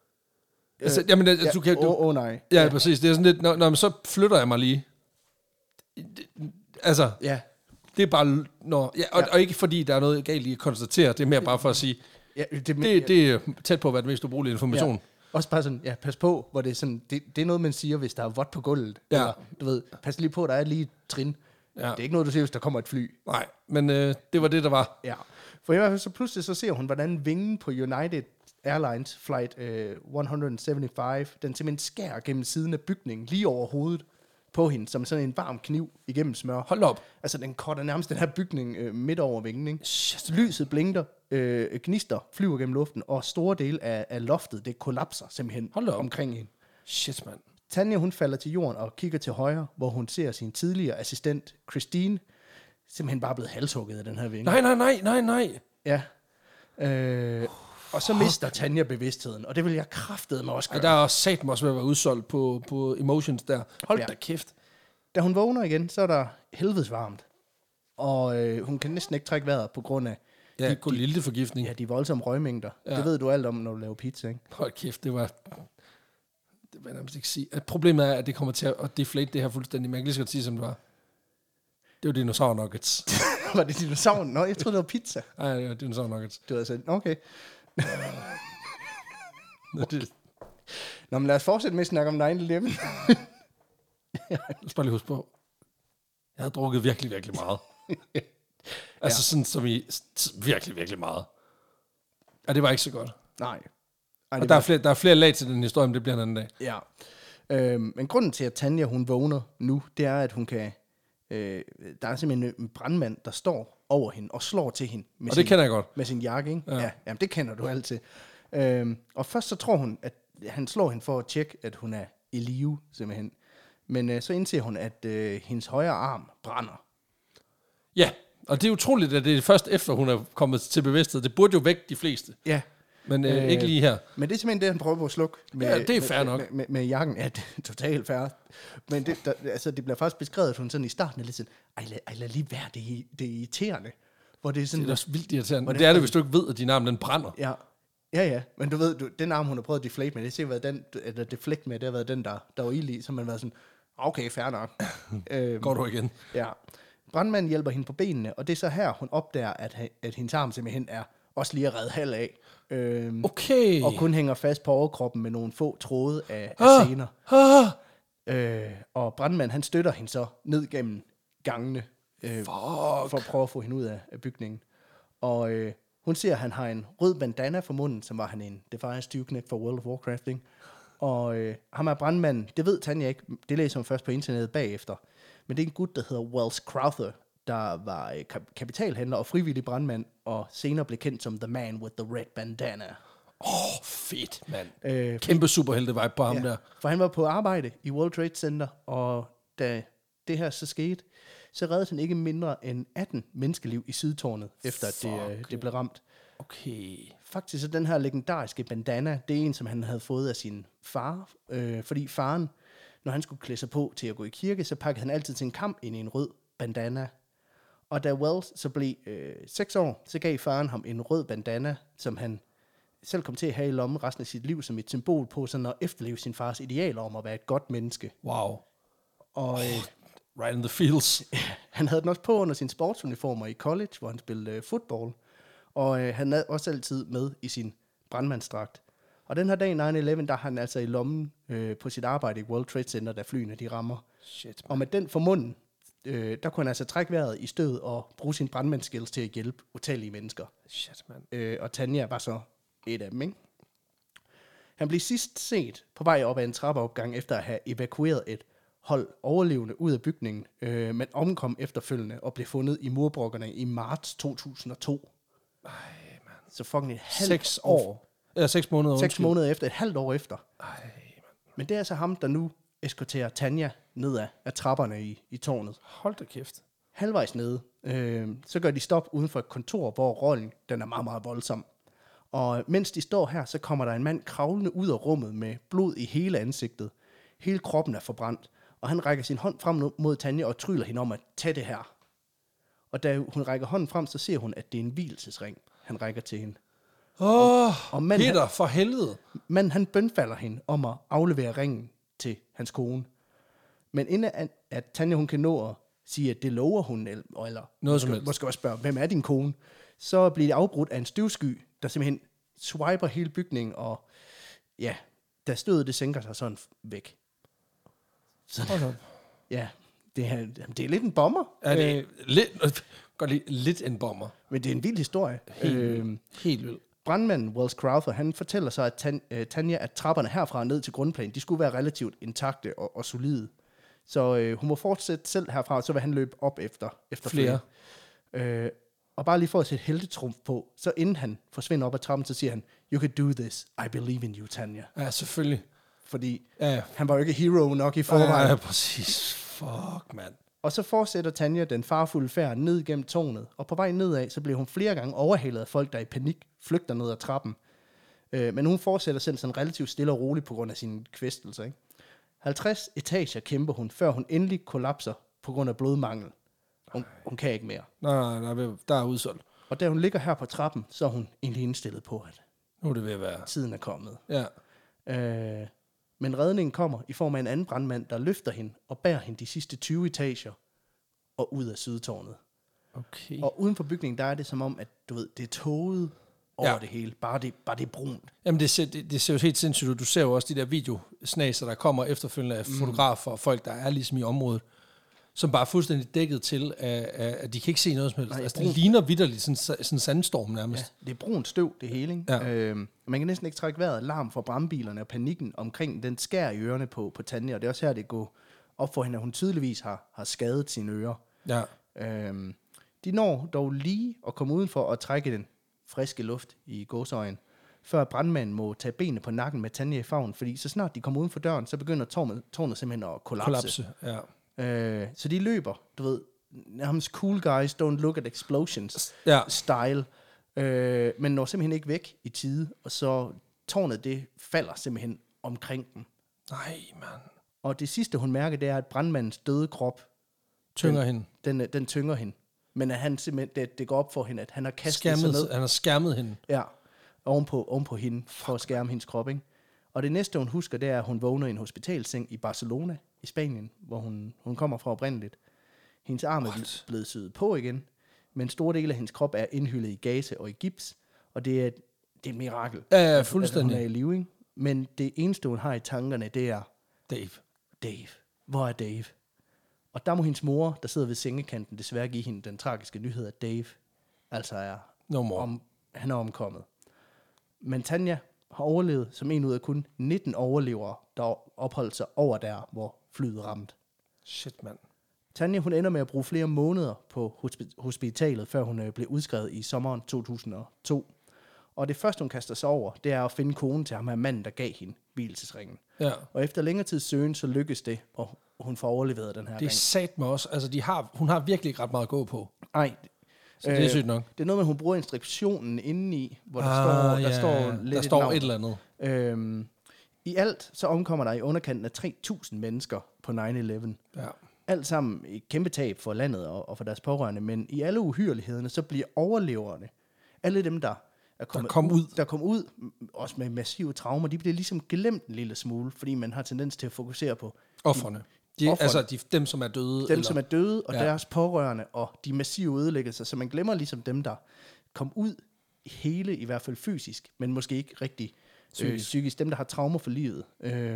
Du kan... nej. Ja, præcis. Det er sådan lidt, når så flytter jeg mig lige. Altså, ja. Det er bare... Og ikke fordi, der er noget galt i at konstatere, det er mere bare for at sige, det er tæt på at være den mest ubrugelige information. Ja. Også bare sådan, pas på, hvor det er sådan, det er noget, man siger, hvis der er vådt på gulvet. Ja. Eller, du ved, pas lige på, der er lige et trin. Ja. Det er ikke noget, du siger, hvis der kommer et fly. Nej, men det var det, der var. Ja. For i hvert fald så pludselig så ser hun, hvordan vingen på United Airlines Flight 175, den simpelthen skærer gennem siden af bygningen, lige over hovedet på hende, som sådan en varm kniv igennem smør. Hold op. Altså, den korter nærmest den her bygning midt over vingen, ikke? Lyset blinker, gnister flyver gennem luften, og store dele af loftet, det kollapser simpelthen omkring hende. Shit, mand. Tanja, hun falder til jorden og kigger til højre, hvor hun ser sin tidligere assistent, Christine, simpelthen bare blevet halshugget af den her vinge. Nej. Ja. Og så mister Tanja bevidstheden, og det vil jeg kraftedeme også gøre. Der er også satme også ved at være udsolgt på emotions der. Hold da kæft. Da hun vågner igen, så er der helvedes varmt. Og hun kan næsten ikke trække vejret på grund af... Ja, kulilteforgiftning. Ja, de voldsomme røgmængder. Ja. Det ved du alt om, når du laver pizza, ikke? Hold kæft, det var jeg nærmest ikke sige. Problemet er, at det kommer til at deflate det her fuldstændig. Man kan lige så godt sige, som det var. Det var dinosaur nuggets. Var det dinosaur? Nå, jeg troede, det var pizza. Nej, det var dinosaur nuggets. Du havde sagt, okay. Nå, men lad os fortsætte med at snakke om 9/11. Lad os bare lige huske på. Jeg havde drukket virkelig, virkelig meget. Altså sådan som i virkelig, virkelig meget. Ja, det var ikke så godt. Nej. Og der er flere lag til den historie, men det bliver en anden dag. Ja. Men grunden til, at Tanja, hun vågner nu, det er, at hun kan... der er simpelthen en brandmand, der står over hende og slår til hende. Og det kender jeg godt. Med sin jakke, ikke? Ja. Jamen, det kender du altid. Og først så tror hun, at han slår hende for at tjekke, at hun er i live, simpelthen. Men så indser hun, at hendes højre arm brænder. Ja, og det er utroligt, at det er først efter, hun er kommet til bevidsthed. Det burde jo vække de fleste. Ja. Men ikke lige her. Men det er simpelthen det, han prøver på at slukke. Ja, det er fair nok. Med jakken. Ja, det er totalt fair. Men det bliver faktisk beskrevet, at hun sådan i starten er lidt sådan, lad lige være, det er irriterende. Hvor det er sådan... Det er også vildt irriterende. Det er det, hvis du ikke ved, at din arm, den brænder. Ja. Men du ved, den arm, hun har prøvet at deflate med, det har været den, eller deflect med, det har været den, der var ild i, så man har været sådan, Okay, fair nok. Går du igen? Ja. Brandmanden hjælper hende på benene, og det er så her, hun opdager, at hendes arm simpelthen er også lige reddet halv af. Okay. Og kun hænger fast på overkroppen med nogle få tråde af sener. Og brandmanden, han støtter hende så ned gennem gangene, for at prøve at få hende ud af bygningen. Og hun ser, at han har en rød bandana for munden, som var han en Defiance Duke for World of Warcraft, ikke? Og ham er brandmanden, det ved Tanya ikke, det læser hun først på internettet bagefter. Men det er en gut, der hedder Wells Crowther, der var kapitalhandler og frivillig brandmand, og senere blev kendt som The Man with the Red Bandana. Fedt, mand. Kæmpe superhelte-vibe på ham der. For han var på arbejde i World Trade Center, og da det her så skete, så reddede han ikke mindre end 18 menneskeliv i Sydtårnet, efter at det blev ramt. Okay. Faktisk er den her legendariske bandana, det er en, som han havde fået af sin far, fordi faren, når han skulle klæde sig på til at gå i kirke, så pakkede han altid sin kamp ind i en rød bandana. Og da Wells så blev 6 år, så gav faren ham en rød bandana, som han selv kom til at have i lommen resten af sit liv, som et symbol på sådan at efterleve sin fars idealer om at være et godt menneske. Wow. Og right in the feels. Han havde den også på under sine sportsuniformer i college, hvor han spillede fodbold. Og han havde også altid med i sin brandmandsdragt. Og den her dag, 9/11, der har han altså i lommen på sit arbejde i World Trade Center, da flyene de rammer. Shit, man. Og med den for munden, der kunne han altså trække vejret i stød og bruge sin brandmandsskills til at hjælpe utallige mennesker. Shit, man. Og Tanya var så et af dem, ikke? Han blev sidst set på vej op ad en trappeopgang efter at have evakueret et hold overlevende ud af bygningen, men omkom efterfølgende og blev fundet i murbrokkerne i marts 2002. Ej, man. Så fucking et halvt 6 år. Eller 6 måneder. 6 måneder efter, et halvt år efter. Ej, man. Men det er altså ham, der nu eskorterer Tanya ned af trapperne i tårnet. Hold da kæft. Halvvejs nede, så gør de stop uden for et kontor, hvor rollen den er meget, meget voldsom. Og mens de står her, så kommer der en mand kravlende ud af rummet med blod i hele ansigtet. Hele kroppen er forbrændt, og han rækker sin hånd frem mod Tanya og tryller hende om at tage det her. Og da hun rækker hånden frem, så ser hun, at det er en vielsesring, han rækker til hende. Og Peter, for helvede. Men han bønfalder hende om at aflevere ringen til hans kone. Men inden at Tanya hun kan nå at sige, at det lover hun, eller måske også spørge, hvem er din kone, så bliver det afbrudt af en støvsky, der simpelthen swiper hele bygningen, og ja, da stødet det sænker sig sådan væk. Så, ja, det er lidt en bomber. Ja, det er lidt en bomber. Men det er en vild historie. Helt vildt. Brandmanden Wells Crowther, han fortæller så, at Tanya, at trapperne herfra og ned til grundplan, de skulle være relativt intakte og solide. Så hun må fortsætte selv herfra, så vil han løbe op efter flere. Og bare lige for at sætte heltetrumf på, så inden han forsvinder op ad trappen, så siger han, "You can do this. I believe in you, Tanya." Ja, selvfølgelig. Fordi han var jo ikke hero nok i forvejen. Ja, præcis. Fuck, mand. Og så fortsætter Tanya den farfulde færd ned gennem tårnet, og på vej nedad, så bliver hun flere gange overhalet af folk, der i panik flygter ned ad trappen. Men hun fortsætter selv sådan relativt stille og roligt på grund af sine kvæstelser, ikke? 50 etager kæmper hun, før hun endelig kollapser på grund af blodmangel. Hun kan ikke mere. Nej, der er udsolgt. Og da hun ligger her på trappen, så er hun egentlig indstillet på, at nu er det ved at være. Tiden er kommet. Ja. Men redningen kommer i form af en anden brandmand, der løfter hende og bærer hende de sidste 20 etager og ud af Sydtårnet. Okay. Og uden for bygningen, der er det som om, at du ved, det er tåget over det hele. Bare det er brunt. Jamen, det ser jo helt sindssygt ud. Du ser jo også de der videosnaser, der kommer efterfølgende af fotografer og folk, der er ligesom i området, som bare er fuldstændig dækket til, at de kan ikke se noget som helst. Altså, det ligner vitterligt sådan en sandstorm nærmest. Ja, det er brunt støv, det hele, ikke? Ja. Man kan næsten ikke trække vejret. Larm fra brandbilerne og panikken omkring den skær i ørerne på Tanya, og det er også her, det går op for hende, at hun tydeligvis har skadet sine ører. Ja. De når dog lige at komme udenfor og trække den friske luft i gåseøjen, før brandmanden må tage benene på nakken med Tanya i favn, fordi så snart de kommer uden for døren, så begynder tårnet simpelthen at kollapse. Ja. Så de løber, du ved, nærmest cool guys don't look at explosions style, men når simpelthen ikke væk i tide, og så tårnet det falder simpelthen omkring dem. Nej, mand. Og det sidste hun mærker, det er, at brandmandens døde krop tynger hende. Den tynger hende. Men at han simpelthen, det går op for hende, at han har kastet sig ned. Han har skærmet hende. Ja, ovenpå hende, for at skærme hendes krop, ikke? Og det næste, hun husker, det er, at hun vågner i en hospitalseng i Barcelona i Spanien, hvor hun kommer fra oprindeligt. Hendes arm er blevet syet på igen, men store dele af hendes krop er indhyllet i gaze og i gips, og det er et mirakel, Ja, fuldstændig. at hun er i live, ikke? Men det eneste, hun har i tankerne, det er Dave. Hvor er Dave? Og der må hendes mor, der sidder ved sengekanten, desværre give hende den tragiske nyhed, at Dave altså han er omkommet. Men Tanya har overlevet som en ud af kun 19 overlevere, der opholdt sig over der, hvor flyet ramte. Shit, mand. Tanya, hun ender med at bruge flere måneder på hospitalet, før hun blev udskrevet i sommeren 2002. Og det første, hun kaster sig over, det er at finde konen til ham her manden, der gav hende hvilesesringen. Ja. Og efter længere tid søgen, så lykkes det, og hun får overleveret den her Det er sat med os. Altså, hun har virkelig ikke ret meget at gå på. Nej. Så det er sygt nok. Det er noget med, at hun bruger instruktionen indeni, hvor der står et eller andet. I alt, så omkommer der i underkanten af 3.000 mennesker på 9/11. Ja. Alt sammen et kæmpe tab for landet og for deres pårørende, men i alle uhyrlighederne, så bliver overleverne, alle dem, der kom ud, også med massive traumer, de bliver ligesom glemt en lille smule, fordi man har tendens til at fokusere på ofrene. Dem, som er døde. Som er døde, og deres pårørende, og de massive ødelæggelser, så man glemmer ligesom dem, der kom ud hele, i hvert fald fysisk, men måske ikke rigtig psykisk. Dem, der har traumer for livet.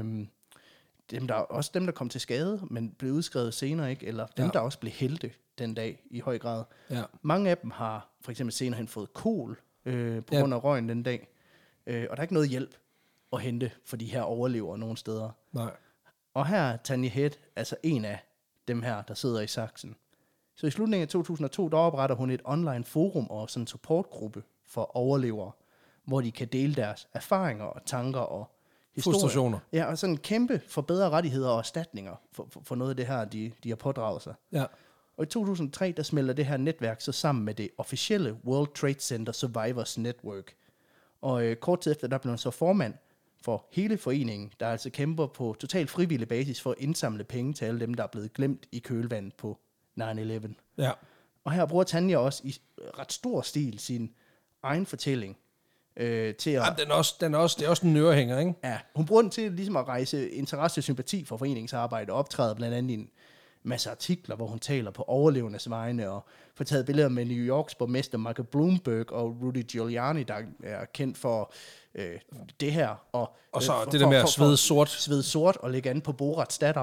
Dem, der kom til skade, men blev udskrevet senere, ikke? Eller dem, der også blev helte den dag i høj grad. Ja. Mange af dem har for eksempel senere hen fået kol på grund af røgen den dag. Og der er ikke noget hjælp at hente for de her overlevere nogen steder. Nej. Og her er Tanya Head altså en af dem her, der sidder i saksen. Så i slutningen af 2002, der opretter hun et online forum og sådan en supportgruppe for overlevere, hvor de kan dele deres erfaringer og tanker og historier. Frustrationer. Ja, og sådan kæmpe for bedre rettigheder og erstatninger for noget af det her, de har pådraget sig. Ja. Og i 2003, der smelter det her netværk så sammen med det officielle World Trade Center Survivors Network. Og kort tid efter, der blev han så formand for hele foreningen, der altså kæmper på total frivillig basis for at indsamle penge til alle dem, der er blevet glemt i kølvandet på 9/11. Ja. Og her bruger Tanya også i ret stor stil sin egen fortælling til at... Ja, det er også en ørehænger, ikke? Ja, hun bruger den til ligesom at rejse interesse og sympati for foreningsarbejde og optræder blandt andet i en masse artikler, hvor hun taler på overlevendes vegne og får taget billeder med New Yorks borgmester Michael Bloomberg og Rudy Giuliani, der er kendt for det her. Og så det der med at svede sort. Svede sort og lægge an på Borats datter.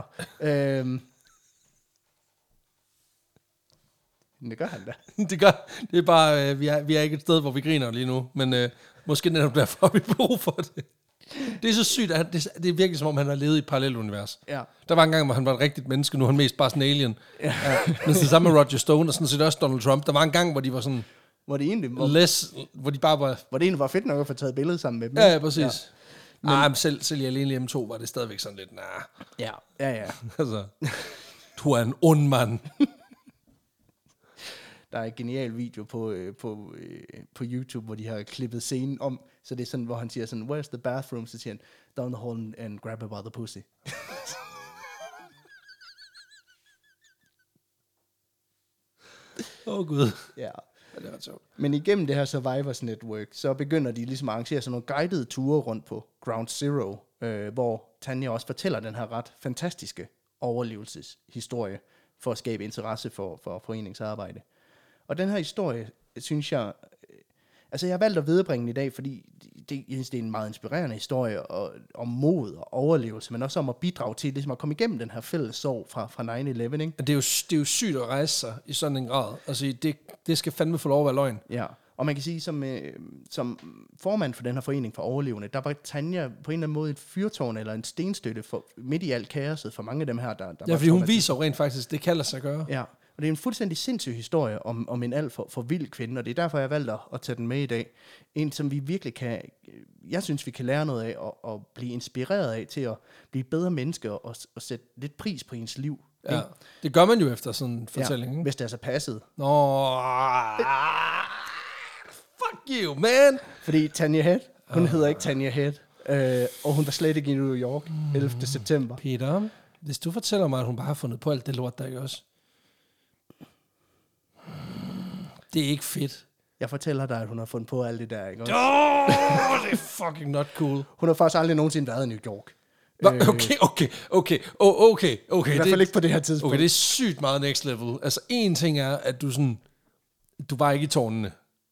Det gør han da. Det er bare, vi er ikke et sted, hvor vi griner lige nu, men måske netop derfor har vi brug for det. Det er så sygt, at det er virkelig som om, han har levet i et parallelunivers. Ja. Der var en gang, hvor han var et rigtigt menneske, nu er han mest bare sådan en alien. Ja. Men det samme med Roger Stone, og sådan set også Donald Trump. Der var en gang, hvor de var sådan... Hvor det egentlig var fedt nok at få taget billede sammen med dem. Ja, præcis. Ja. Men selv i Alene M2 var det stadigvæk sådan lidt, Ja. Altså, du er en ond mand. Der er en genial video på YouTube, hvor de har klippet scenen om, så det er sådan, hvor han siger sådan, where's the bathroom? Så siger han, down the hall and grab her by the pussy. Gud. Ja. Det var sjovt. Men igennem det her Survivors Network, så begynder de ligesom at arrangere sådan nogle guidede ture rundt på Ground Zero, hvor Tanya også fortæller den her ret fantastiske overlevelseshistorie for at skabe interesse for foreningsarbejde. Og den her historie, synes jeg... Altså, jeg har valgt at viderebringe den i dag, fordi det er en meget inspirerende historie om mod og overlevelse, men også om at bidrage til ligesom at komme igennem den her fælles sorg fra 9/11, ikke? Det er jo sygt at rejse sig i sådan en grad. Altså, det skal fandme få lov at være løgn. Ja, og man kan sige, som formand for den her forening for overlevende, der var Tanya på en eller anden måde et fyrtårn eller en stenstøtte midt i alt kaoset for mange af dem her, der ja, fordi hun viser jo rent faktisk, det kan lade sig gøre. Ja, og det er en fuldstændig sindssyg historie om en alt for vild kvinde, og det er derfor, jeg valgte at tage den med i dag. En, som vi virkelig jeg synes, vi kan lære noget af, og blive inspireret af til at blive bedre mennesker og sætte lidt pris på ens liv. Ja, det gør man jo efter sådan en fortælling, ikke? Hvis det er så passet. Fuck you, man! Fordi Tanya Head, hun hedder ikke Tanya Head, og hun var slet ikke i New York 11. september. Peter, hvis du fortæller mig, at hun bare har fundet på alt det lort, der ikke også... Det er ikke fedt. Jeg fortæller dig, at hun har fundet på alt det der, ikke også? Det er fucking not cool. Hun har faktisk aldrig nogensinde været i New York. Okay. I hvert fald ikke på det her tidspunkt. Okay, det er sygt meget next level. Altså, en ting er, at du var ikke i tårnene.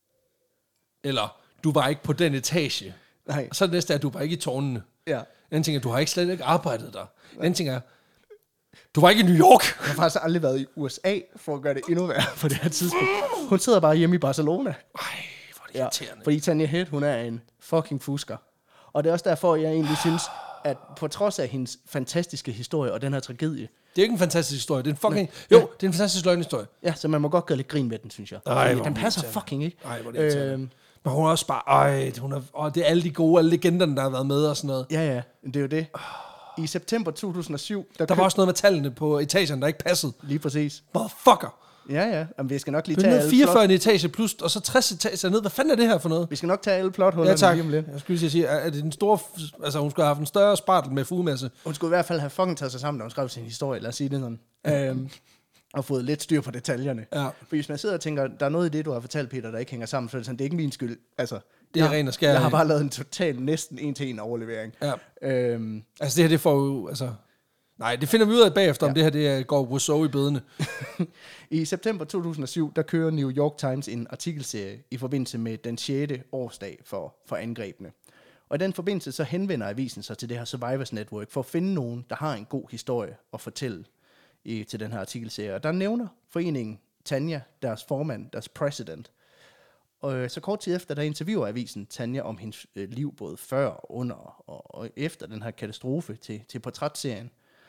Eller, du var ikke på den etage. Nej. Og så det næste er, at du var ikke i tårnene. Ja. En ting er, at du har slet ikke arbejdet der. En ting er, du var ikke i New York. Jeg har faktisk aldrig været i USA, for at gøre det endnu værre på det her tidspunkt. Hun sidder bare hjemme i Barcelona. Ej, hvor er det irriterende. Fordi Tanya Head, hun er en fucking fusker. Og det er også derfor, jeg egentlig synes, at på trods af hendes fantastiske historie og den her tragedie... Det er ikke en fantastisk historie, det er en fucking... Jo, det er en fantastisk løgnhistorie. Ja, så man må godt gøre lidt grin med den, synes jeg. Den passer fucking ikke. Nej, hvor er det irriterende. Men hun er også bare... det er alle de gode, alle legenderne, der har været med og sådan noget. Ja, det er jo det. I september 2007... Der var også noget med tallene på etagen, der ikke passede. Lige præcis. Motherfucker. Ja. Jamen, vi skal nok lige tage alle 44 etage plus, og så 60 etager ned. Hvad fanden er det her for noget? Vi skal nok tage alle plothullerne lige om lidt. Jeg skulle lige sige, at det den store... Altså, hun skulle have haft en større spartel med fugemasse. Hun skulle i hvert fald have fucking taget sig sammen, da hun skrev sin historie, lad os sige det sådan. Og fået lidt styr på detaljerne. Ja. For hvis man sidder og tænker, der er noget i det, du har fortalt, Peter, der ikke hænger sammen, så er det sådan, det er ikke min skyld. Altså, det er ren og skær. Jeg har bare lavet en total, næsten en-til-en overlevering. Ja. Altså, det her, det får jo... Altså, nej, det finder vi ud af bagefter, om det her det går Rousseau i bedene. I september 2007, der kører New York Times en artikelserie i forbindelse med den 6. årsdag for angrebene. Og i den forbindelse, så henvender avisen sig til det her Survivors Network, for at finde nogen, der har en god historie at fortælle til den her artikelserie. Og der nævner foreningen Tanya, deres formand, deres president. Og så kort tid efter, der interviewer avisen Tanya om hendes liv, både før, under og efter den her katastrofe til portrætserien.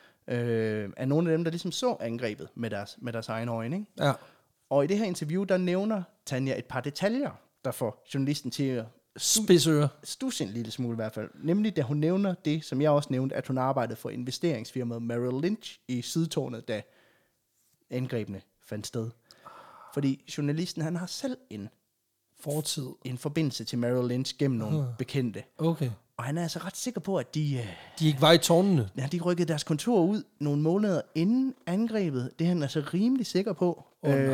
Er nogle af dem, der ligesom så angrebet med deres egne øjne. Ikke? Ja. Og i det her interview, der nævner Tanya et par detaljer, der får journalisten til at studse en lille smule i hvert fald. Nemlig da hun nævner det, som jeg også nævnte, at hun arbejdede for investeringsfirmaet Merrill Lynch i Sydtårnet, da angrebene fandt sted. Fordi journalisten, han har selv en forbindelse til Merrill Lynch gennem nogle bekendte. Okay. Og han er altså ret sikker på, at de ikke var i tårnene. Ja, de rykkede deres kontor ud nogle måneder inden angrebet. Det er han altså rimelig sikker på.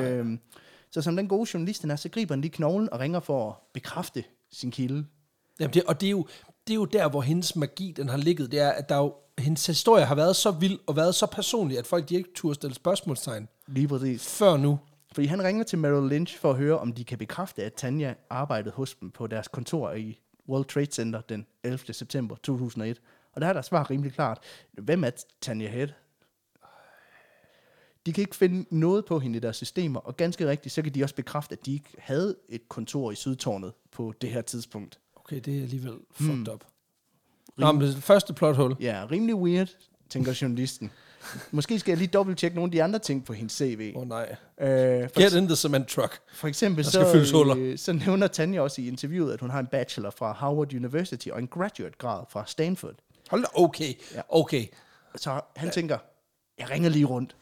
Så som den gode journalist, så griber han lige knoglen og ringer for at bekræfte sin kilde. Jamen det er jo der, hvor hendes magi den har ligget. Det er, at hendes historie har været så vild og været så personlig, at folk de ikke turde stille spørgsmålstegn. Lige præcis. Før nu. Fordi han ringer til Merrill Lynch for at høre, om de kan bekræfte, at Tanya arbejdede hos dem på deres kontor i World Trade Center den 11. september 2001. Og der er der svar rimelig klart. Hvem er Tanya Head? De kan ikke finde noget på hende i deres systemer, og ganske rigtigt, så kan de også bekræfte, at de ikke havde et kontor i Sydtårnet på det her tidspunkt. Okay, det er alligevel fucked up. Nå, men det første plothul. Ja, rimelig weird, tænker journalisten. Måske skal jeg lige dobbelttjekke nogle af de andre ting på hendes CV. Nej. Get in the cement truck. For eksempel så nævner Tanya også i interviewet, at hun har en bachelor fra Harvard University og en graduate grad fra Stanford. Hold da, okay. Ja. Okay. Så han tænker, jeg ringer lige rundt.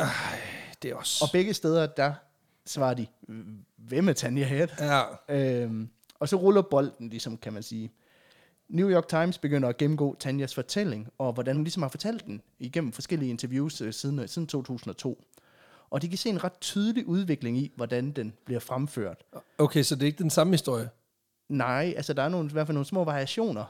Det er også... Og begge steder, der svarer de, hvem er Tanya Head? Ja. Og så ruller bolden, ligesom kan man sige. New York Times begynder at gennemgå Tanyas fortælling, og hvordan hun ligesom har fortalt den igennem forskellige interviews siden 2002. Og de kan se en ret tydelig udvikling i, hvordan den bliver fremført. Okay, så det er ikke den samme historie? Nej, altså der er i hvert fald nogle små variationer.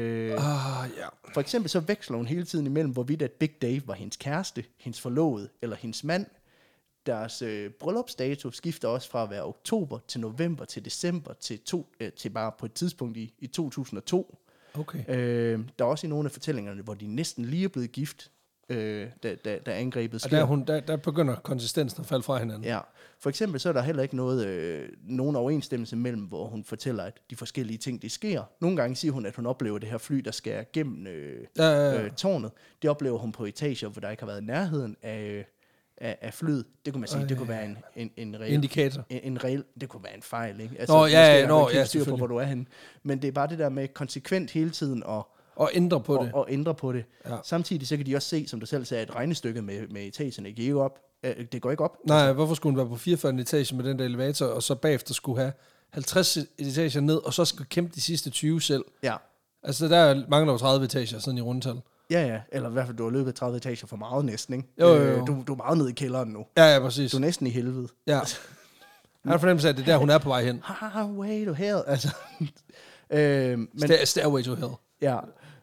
Ja. For eksempel så veksler hun hele tiden imellem, hvorvidt at Big Dave var hendes kæreste, hendes forlovede eller hendes mand. Deres bryllupsdato skifter også fra at være oktober til november til december til bare på et tidspunkt i 2002. Okay. Der er også i nogle af fortællingerne, hvor de næsten lige er blevet gift, da angrebet sker. Og der begynder konsistensen at falde fra hinanden. Ja. For eksempel så er der heller ikke nogen overensstemmelse mellem, hvor hun fortæller, at de forskellige ting, de sker. Nogle gange siger hun, at hun oplever det her fly, der skærer gennem tårnet. Det oplever hun på etager, hvor der ikke har været nærheden af flyet. Det kunne man sige, det kunne være en reel indikator. En reel, det kunne være en fejl, ikke? Altså, styr på, hvor du er henne. Men det er bare det der med konsekvent hele tiden og ændre på det. Og ændre på det. Ja. Samtidig så kan de også se, som du selv sagde, at regnestykket med etagerne det går ikke op. Nej, hvorfor skulle hun være på 44 etage med den der elevator, og så bagefter skulle have 50 etager ned, og så skulle kæmpe de sidste 20 selv? Ja. Altså, der mangler jo 30 etager, sådan i rundtal. Ja, eller i hvert fald, du har løbet 30 etager for meget næsten, ikke? Jo. Du er meget nede i kælderen nu. Ja, præcis. Du er næsten i helvede. Ja. Jeg har fornemmelse af, at det er der, hun er på vej hen. Highway to hell, altså. Stairway to hell. Ja,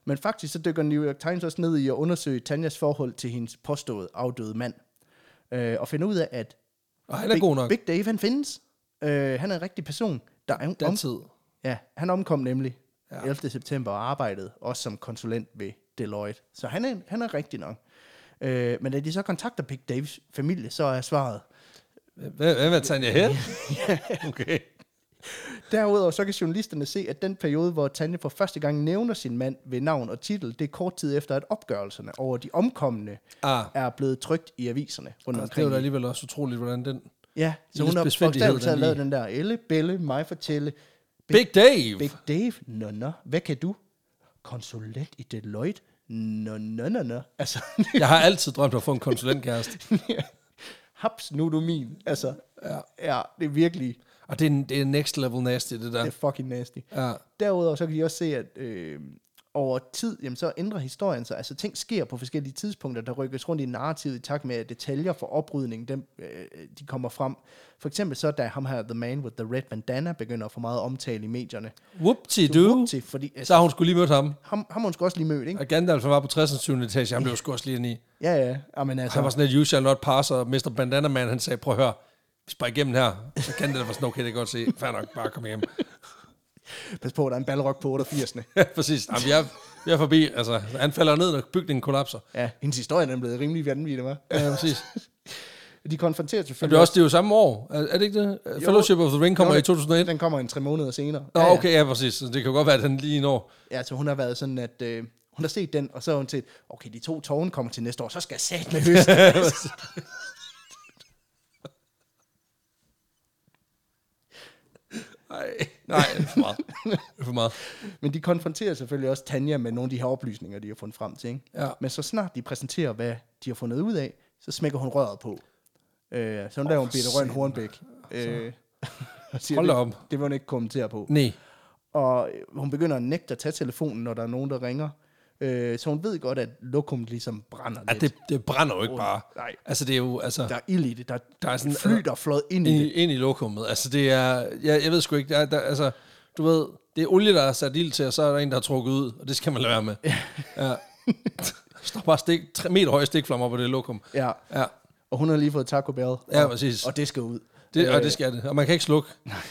Men faktisk så dykker New York Times også ned i at undersøge Tanjas forhold til hendes påståede afdøde mand. Og finder ud af, at han er god nok. Big Dave, han findes. Han er en rigtig person. Han omkom nemlig 11. september og arbejdede også som konsulent ved Deloitte. Så han er rigtig nok. Men da de så kontakter Big Daves familie, så er svaret... Hvad tager jeg her? Okay. Derudover så kan journalisterne se, at den periode, hvor Tanja for første gang nævner sin mand ved navn og titel, det er kort tid efter, at opgørelserne over de omkomne er blevet trykt i aviserne rundt omkring. Det er jo da alligevel også utroligt, hvordan den... Ja, så hun har bogstaveligt lavet den der, Elle, Belle, mig fortælle. Big Dave! Big Dave? Nå. Hvad kan du? Konsulent i Deloitte? Nå. Altså, jeg har altid drømt om at få en konsulentkæreste. Haps, nu er du min. Altså, ja, det er virkelig... Og det er next level nasty, det der. Det er fucking nasty. Ja. Derudover så kan de også se, at over tid, jamen, så ændrer historien sig. Altså ting sker på forskellige tidspunkter, der rykkes rundt i narrativet i takt med, at detaljer for oprydning, de kommer frem. For eksempel så, da ham her, The Man with the Red Bandana, begynder at få meget omtale i medierne. Whoopty-doo. Fordi, så har hun skulle lige mødt ham. Ham hun skulle også lige mødt, ikke? Og Gandalf var på 60. etage, han blev sgu også lige inde i. Ja. Jamen, altså. Han var sådan et you shall not pass, og Mr. Bandana Man, han sagde, prøv at høre, vi sparer igennem her. Så Gandalf var sådan, okay, det kan godt se. Fair nok, bare kom hjem. Pas på, der er en balrog på 88'erne. Ja, præcis. Jamen, vi er forbi. Altså, han falder ned, når bygningen kollapser. Ja, hendes historie er blevet rimelig vanvittig, hva'? Ja, præcis. De konfronterer selvfølgelig... Men det er jo samme år. Er det ikke det? Fellowship of the Ring kommer i 2001. Den kommer 3 måneder senere. Nå, okay, ja, præcis. Så det kan godt være, at den lige når. Ja, så hun har været sådan, at... hun har set den, og så har hun set, okay, de 2 tårne kommer til næste år, så skal jeg sat med høst. Nej, det er for meget. Men de konfronterer selvfølgelig også Tanja med nogle af de her oplysninger, de har fundet frem til. Ikke? Ja. Men så snart de præsenterer, hvad de har fundet ud af, så smækker hun røret på. Så hun laver en Birthe Rønn Hornbæk. Hold da op. Det vil hun ikke kommentere på. Nej. Og hun begynder at nægte at tage telefonen, når der er nogen, der ringer. Så hun ved godt, at lokum ligesom brænder lidt. Ja, det brænder jo ikke bare. Nej. Altså, det er jo... Altså, der er ild i det. Der er sådan fly, der er fløjet ind i det. Ind i lokummet. Altså, det er... Jeg ved sgu ikke... Altså, du ved, det er olie, der er sat ild til, og så er der en, der har trukket ud, og det skal man lade være med. Ja. Der står bare 3 meter høje stikflammer på det lokum. Ja. Og hun har lige fået Taco Bell. Ja, præcis. Og det skal ud. Og det skal det. Og man kan ikke slukke.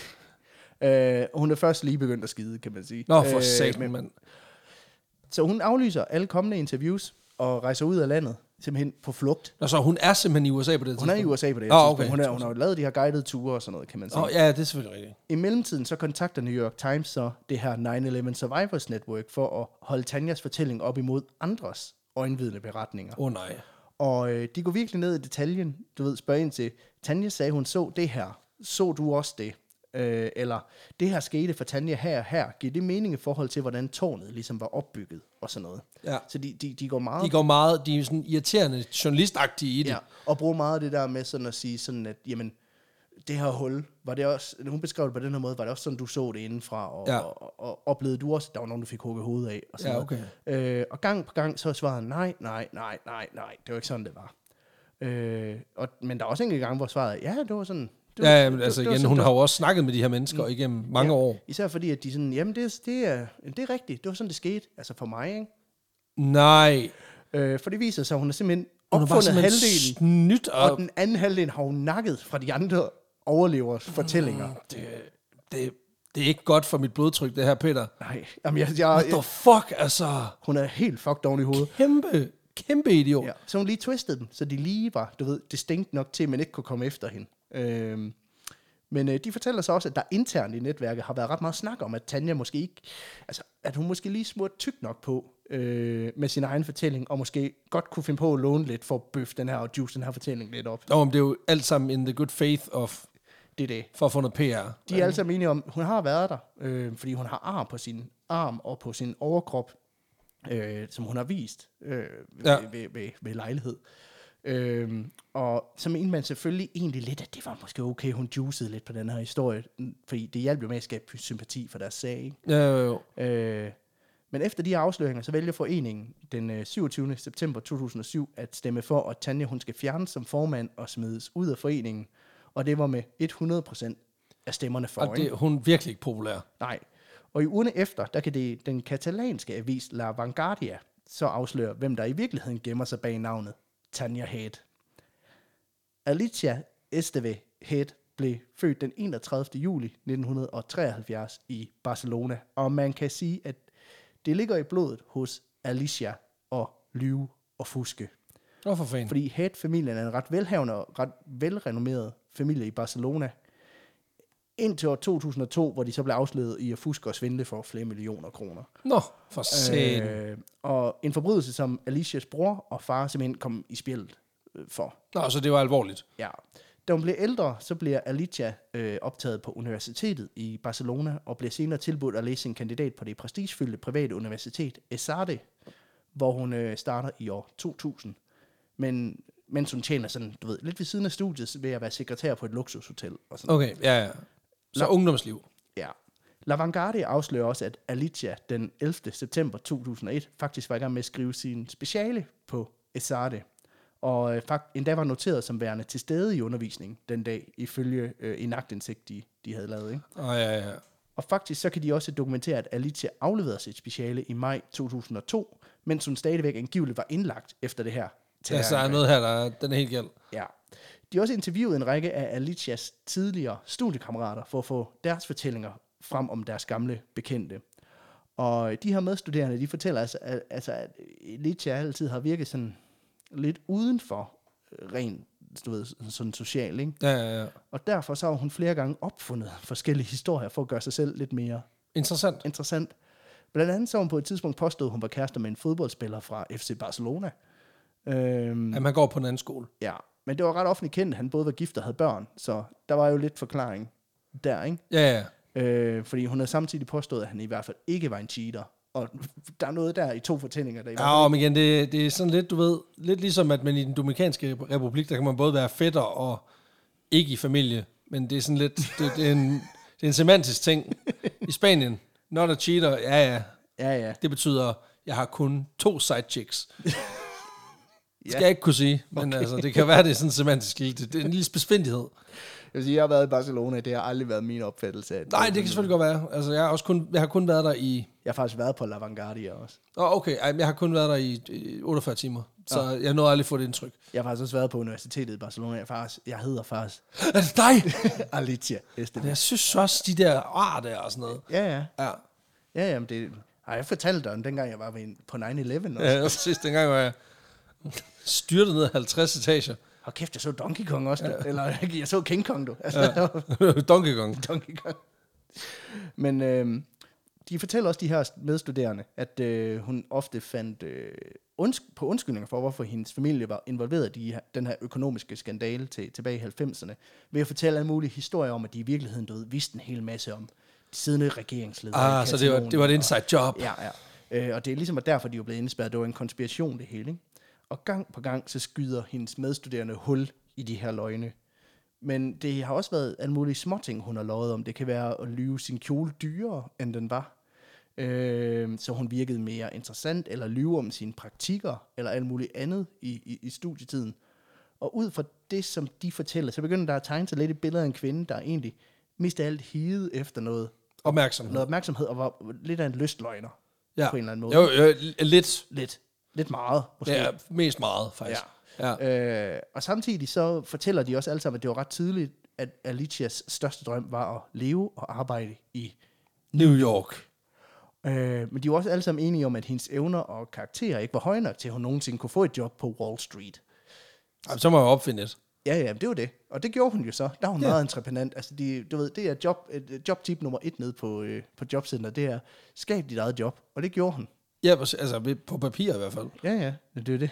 Hun er først lige begyndt at skide, kan man sige. Nå, for satan, mand. Så hun aflyser alle kommende interviews og rejser ud af landet, simpelthen på flugt. Nå, så hun er simpelthen i USA på det tidspunkt? Hun er i USA på det tidspunkt. Okay. Hun har jo lavet de her guidede ture og sådan noget, kan man sige. Ja, det er selvfølgelig rigtigt. I mellemtiden så kontakter New York Times så det her 9/11 Survivors Network for at holde Tanjas fortælling op imod andres øjenvidne beretninger. Nej. Og de går virkelig ned i detaljen, du ved, spørger ind til, Tanja sagde, hun så det her. Så du også det? Eller det her skete for Tanja her. Giver det mening i forhold til, hvordan tårnet ligesom var opbygget og sådan noget? Ja. Så de går meget... De er sådan irriterende journalistagtige i det. Ja, og bruger meget af det der med sådan at sige sådan, at jamen, det her hul, var det også, hun beskrev det på den her måde, var det også sådan, du så det indenfra, og oplevede du også, der var nogen, du fik hugget hovedet af, og sådan okay. Og gang på gang, så svarede nej, det var ikke sådan, det var. Men der er også en gang, hvor svaret, ja, det var sådan... Men altså igen, hun har jo også snakket med de her mennesker igennem mange år. Især fordi, at de sådan, jamen det er rigtigt, det var sådan, det skete, altså for mig, ikke? Nej. For det viser sig, at hun har simpelthen opfundet halvdelen, snydt og den anden halvdel har hun nakket fra de andre overlevers fortællinger. Det er ikke godt for mit blodtryk, det her, Peter. Nej, jamen what the fuck, altså? Hun er helt fucked oven i hovedet. Kæmpe idiot. Ja, så hun lige twistede dem, så de lige var, du ved, distinkt nok til, at man ikke kunne komme efter hende. Men de fortæller så også, at der internt i netværket har været ret meget snak om, at Tanja måske ikke, altså at hun måske lige smurt tyk nok på med sin egen fortælling, og måske godt kunne finde på at låne lidt for at bøffe den her og juice den her fortælling lidt op. Men det er jo alt sammen in the good faith of det. For at få noget PR. De er alle sammen enige om, hun har været der, fordi hun har ar på sin arm og på sin overkrop, som hun har vist ved lejlighed. Og så mener man selvfølgelig egentlig lidt, at det var måske okay, hun juicede lidt på den her historie, fordi det hjalp jo med at skabe sympati for deres sag, ikke? Jo. Men efter de afsløringer, så vælger foreningen den 27. september 2007 at stemme for, at Tanja hun skal fjernes som formand og smides ud af foreningen, og det var med 100% af stemmerne for. Og hun er virkelig ikke populær. Nej. Og i ugerne efter, der kan den katalanske avis La Vanguardia så afsløre, hvem der i virkeligheden gemmer sig bag navnet Tania Head. Alicia Esteve Head blev født den 31. juli 1973 i Barcelona, og man kan sige, at det ligger i blodet hos Alicia og lyve og fuske. For fanden. Fordi Head-familien er en ret velhavende og ret velrenommeret familie i Barcelona, indtil år 2002, hvor de så blev afsløret i at fuske og svindle for flere millioner kroner. Nå, for satan. Og en forbrydelse, som Alicias bror og far simpelthen kom i spjældet for. Nå, så det var alvorligt. Ja. Da hun bliver ældre, så bliver Alicia optaget på universitetet i Barcelona, og bliver senere tilbudt at læse en kandidat på det prestigefyldte private universitet ESADE, hvor hun starter i år 2000. Men mens hun tjener sådan, du ved, lidt ved siden af studiet ved at være sekretær på et luksushotel. Og sådan. Okay, ja. Så ungdomsliv. Ja. La Vanguardia afslører også, at Alicia den 11. september 2001 faktisk var i gang med at skrive sin speciale på ESADE. Og endda var noteret som værende til stede i undervisningen den dag, ifølge en aktindsigt, de havde lavet. Ikke? Ja. Og faktisk så kan de også dokumentere, at Alicia afleverede sit speciale i maj 2002, mens hun stadigvæk angiveligt var indlagt efter det her. Ja, så er noget her, den er helt galt. Ja. De har også interviewet en række af Alicias tidligere studiekammerater for at få deres fortællinger frem om deres gamle bekendte. Og de her medstuderende, de fortæller altså at Alicia altid har virket sådan lidt uden for ren, du ved, sådan social, ikke? Ja. Og derfor så har hun flere gange opfundet forskellige historier for at gøre sig selv lidt mere interessant. Blandt andet så hun på et tidspunkt påstod, at hun var kærester med en fodboldspiller fra FC Barcelona. At man går på en anden skole. Ja, men det var ret offentligt kendt, at han både var gift og havde børn, så der var jo lidt forklaring der, ikke? Ja. Fordi hun havde samtidig påstået, at han i hvert fald ikke var en cheater. Og der er noget der i to fortællinger. Der i ja, men igen, det er sådan lidt, du ved, lidt ligesom, at man i den Dominikanske Republik, der kan man både være fætter og ikke i familie. Men det er sådan lidt, det er en semantisk ting. I Spanien, not a cheater, ja. Det betyder, jeg har kun 2 side chicks. Det skal jeg ikke kunne sige, men okay. Altså, det kan være, det er sådan semantisk lille. Det er en lille spidsfindighed. Jeg vil sige, jeg har været i Barcelona, det har aldrig været min opfattelse af. Nej, det kan selvfølgelig godt være. Altså, jeg har kun været der i... Jeg har faktisk været på La Vanguardia også. Okay. Jeg har kun været der i 48 timer, så jeg nåede aldrig få det indtryk. Jeg har faktisk også været på universitetet i Barcelona. Jeg hedder faktisk... Er det dig? Alicia Esteve. Jeg synes også, de der der og sådan noget. Ja, men det... Har jeg fortalt dig om, dengang jeg var på 9/11 også? Ja, sidst dengang var jeg styrtet ned 50 etager. Og kæft, jeg så Donkey Kong også. Ja. Eller jeg så King Kong, du. Altså, Donkey Kong. Men de fortæller også, de her medstuderende, at hun ofte fandt på undskyldninger for, hvorfor hendes familie var involveret i den her økonomiske skandale tilbage i 90'erne, ved at fortælle alle mulige historier om, at de i virkeligheden vidste en hel masse om de siddende regeringsledere. Så det var et inside job. Ja. Og det er ligesom derfor, de var blevet indespærret. Det var en konspiration, det hele, ikke? Og gang på gang, så skyder hendes medstuderende hul i de her løgne. Men det har også været alle mulige småting, hun har lovet om. Det kan være at lyve sin kjole dyrere, end den var. Så hun virkede mere interessant, eller lyve om sine praktikker, eller alt muligt andet i studietiden. Og ud fra det, som de fortæller, så begynder der at tegne sig lidt et billede af en kvinde, der egentlig mest af alt higede efter noget opmærksomhed, og var lidt af en lystløgner, på en eller anden måde. Jo, Lidt meget, måske. Ja, mest meget, faktisk. Ja. Og samtidig så fortæller de også alle sammen, at det var ret tydeligt, at Alicias største drøm var at leve og arbejde i New York. Men de var også alle sammen enige om, at hendes evner og karakterer ikke var høje nok til, at hun nogensinde kunne få et job på Wall Street. Jamen, så må jeg opfinde det. Ja, det var det. Og det gjorde hun jo så. Der var hun meget entreprenant. Altså, du ved, det er jobtip nummer 1 nede på jobcenter. Det er, skab dit eget job. Og det gjorde hun. Ja, altså på papir i hvert fald. Ja, det er det.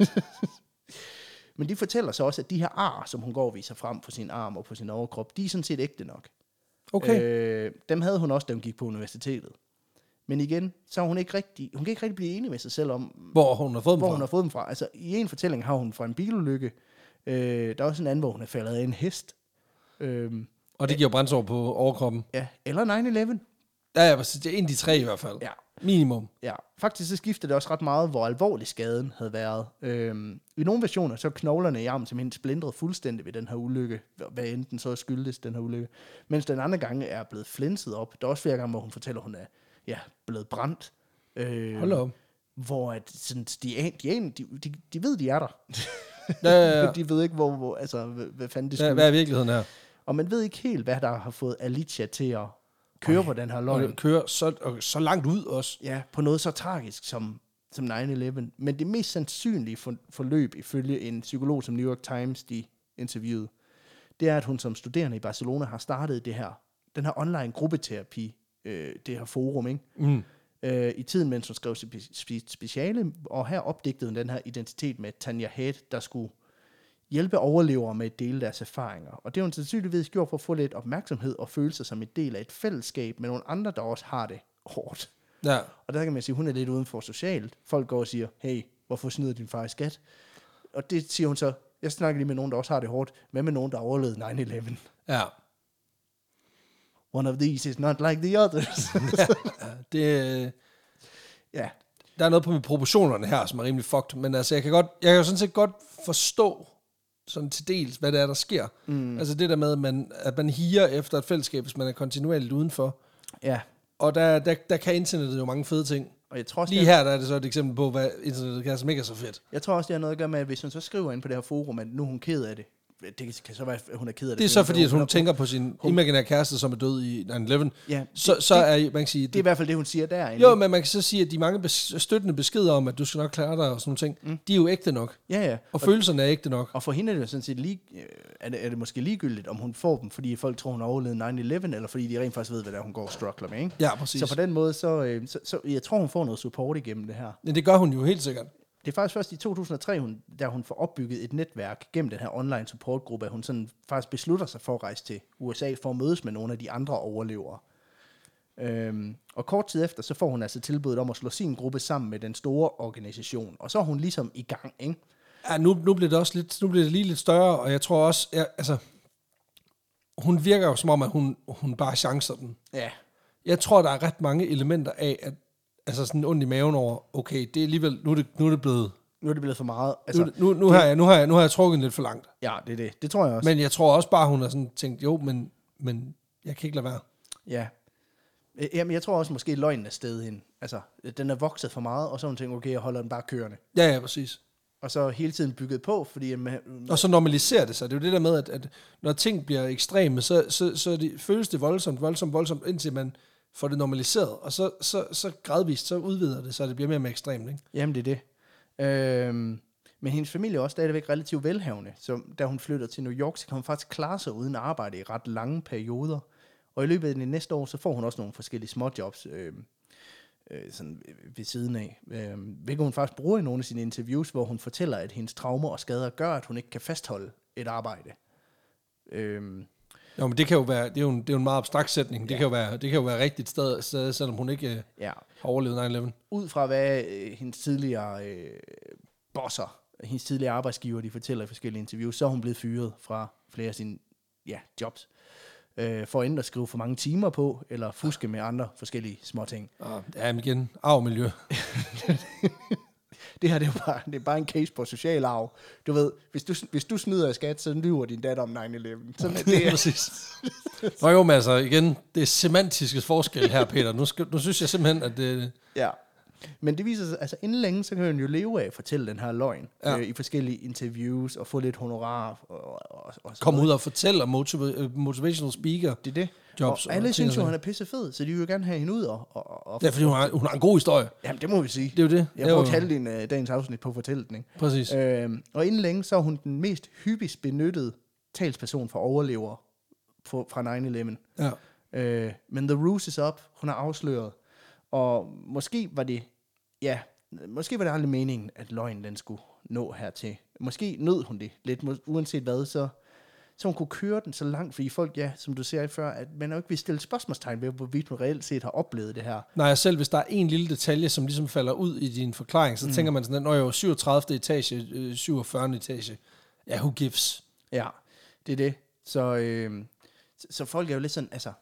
Men de fortæller så også, at de her ar, som hun går og viser frem på sin arm og på sin overkrop, de er sådan set ægte nok. Okay. Dem havde hun også, da hun gik på universitetet. Men igen, så hun kan ikke rigtig blive enig med sig selv om, hvor hun har fået dem fra. Altså, i en fortælling har hun fra en bilulykke. Der er også en anden, hvor hun er faldet af en hest. Og det giver brændsår på overkroppen. Ja, eller 9/11. Ja, det er en af de 3 i hvert fald. Ja, Minimum. Ja, faktisk så skiftede det også ret meget, hvor alvorlig skaden havde været. I nogle versioner, så er knoglerne i armen simpelthen splintret fuldstændig ved den her ulykke, hvad enten så skyldes den her ulykke. Mens den andre gang er blevet flænset op. Der er også flere gange, hvor hun fortæller, at hun er blevet brændt. Hold op. Hvor at, sådan, de ved, de er der. Ja. De ved ikke, hvad fanden det skyldes. Hvad er virkeligheden her? Og man ved ikke helt, hvad der har fået Alicia til at køre på den her løgn. Og køre så langt ud også. Ja, på noget så tragisk som 9/11. Men det mest sandsynlige forløb, ifølge en psykolog som New York Times, de interviewede, det er, at hun som studerende i Barcelona har startet den her online gruppeterapi, det her forum, ikke? I tiden, mens hun skrev speciale, og her opdigtede hun den her identitet med Tanya Head, der skulle hjælpe overlevere med at dele deres erfaringer. Og det har hun sandsynligvis gjort for at få lidt opmærksomhed og føle sig som en del af et fællesskab med nogle andre, der også har det hårdt. Ja. Og der kan man sige, at hun er lidt uden for socialt. Folk går og siger, hey, hvorfor snyder din far i skat? Og det siger hun så, jeg snakker lige med nogen, der også har det hårdt. Hvad med nogen, der overlevede 9/11? Ja. One of these is not like the others. Ja. Der er noget på med proportionerne her, som er rimelig fucked. Men altså, jeg kan jo sådan set godt forstå sådan til dels, hvad det er, der sker. Altså det der med, at man higer efter et fællesskab, hvis man er kontinuerligt udenfor. Ja. Og der kan internettet jo mange fede ting. Og jeg tror også, lige her der er det så et eksempel på, hvad internettet kan, som ikke er så fedt. Jeg tror også, det har noget at gøre med, at hvis hun så skriver ind på det her forum, at nu er hun ked af det. Det kan så være, at hun er ked af det. Det er så fordi, at hun tænker på sin imaginære kæreste, som er død i 9/11. Ja, så er man kan sige... Det er i hvert fald det, hun siger der. Jo, men man kan så sige, at de mange støttende beskeder om, at du skal nok klare dig og sådan nogle ting, de er jo ægte nok. Ja. Og følelserne er ægte nok. Og for hende er det sådan set er det måske ligegyldigt, om hun får dem, fordi folk tror, hun overlevede 9/11, eller fordi de rent faktisk ved, hvad der hun går og struggler med, ikke? Ja, præcis. Så på den måde, så jeg tror, hun får noget support igennem det her. Men det gør hun jo helt sikkert. Det er faktisk først i 2003, da hun får opbygget et netværk gennem den her online supportgruppe, at hun sådan faktisk beslutter sig for at rejse til USA for at mødes med nogle af de andre overlevere. Og kort tid efter, så får hun altså tilbuddet om at slå sin gruppe sammen med den store organisation. Og så er hun ligesom i gang, ikke? Ja, nu bliver det også lidt, nu bliver det lige lidt større, og jeg tror også, hun virker jo som om, at hun bare chancer den. Ja. Jeg tror, der er ret mange elementer af, at altså sådan ondt i maven over, okay, det er alligevel, nu er det blevet for meget. Altså, nu har jeg trukket lidt for langt. Ja, det er det. Det tror jeg også. Men jeg tror også bare, hun har sådan tænkt, jo, men jeg kan ikke lade være. Ja. Jamen, jeg tror også måske, løgnen er stedet ind. Altså, den er vokset for meget, og så hun tænker, okay, jeg holder den bare kørende. Ja, præcis. Og så hele tiden bygget på, fordi... Og så normaliserer det sig. Det er jo det der med, at når ting bliver ekstreme, så føles det voldsomt, indtil man får det normaliseret. Og så gradvist, så udvider det, så det bliver mere og mere ekstremt, ikke? Jamen, det er det. Men hendes familie er også stadigvæk relativt velhavende. Så da hun flytter til New York, så kan hun faktisk klare sig uden arbejde i ret lange perioder. Og i løbet af det næste år, så får hun også nogle forskellige småjobs sådan ved siden af. Hvilket hun faktisk bruger i nogle af sine interviews, hvor hun fortæller, at hendes traumer og skader gør, at hun ikke kan fastholde et arbejde. Jo, men det kan jo være, det er jo en meget abstrakt sætning. Ja. Det kan jo være rigtigt sted, selvom hun ikke har overlevet 9/11. Ud fra hvad hendes tidligere bosser, hendes tidligere arbejdsgiver, de fortæller i forskellige interviews, så er hun blevet fyret fra flere af sine jobs. For enten at skrive for mange timer på, eller fuske med andre forskellige små ting. Ja, men igen, arvmiljø. Det her, det er bare en case på social arv. Du ved, hvis du snyder af skat, så lyver din datter om 9/11. Sådan er det. Præcis. Nå jo, men altså, igen, det er semantiske forskel her, Peter. Nu synes jeg simpelthen, at det... Ja. Men det viser sig, altså inden længe, så kan hun jo leve af at fortælle den her løgn i forskellige interviews, og få lidt honorar. Og komme ud og fortælle om motivational speaker. Det er det. Jobs. Og alle synes jo, han er pissefed, så de vil jo gerne have hende ud. Ja, fordi hun har en god historie. Jamen, det må vi sige. Det er jo det. Jeg brugte halvdelen af dagens afsnit på at fortælle den, ikke? Præcis. Og inden længe, så er hun den mest hyppigst benyttede talsperson for overlevere fra 9/11. Ja. Men the ruse is up. Hun er afsløret. Og måske var det aldrig meningen, at løgnen den skulle nå hertil. Måske nød hun det lidt, uanset hvad, så hun kunne køre den så langt, fordi folk, som du siger før, at man jo ikke vil stille spørgsmålstegn ved, hvorvidt man reelt set har oplevet det her. Nej, selv hvis der er en lille detalje, som ligesom falder ud i din forklaring, så tænker man sådan, at når jeg er 37. etage, 47. etage, who gives? Ja, det er det. Så folk er jo lidt sådan, altså,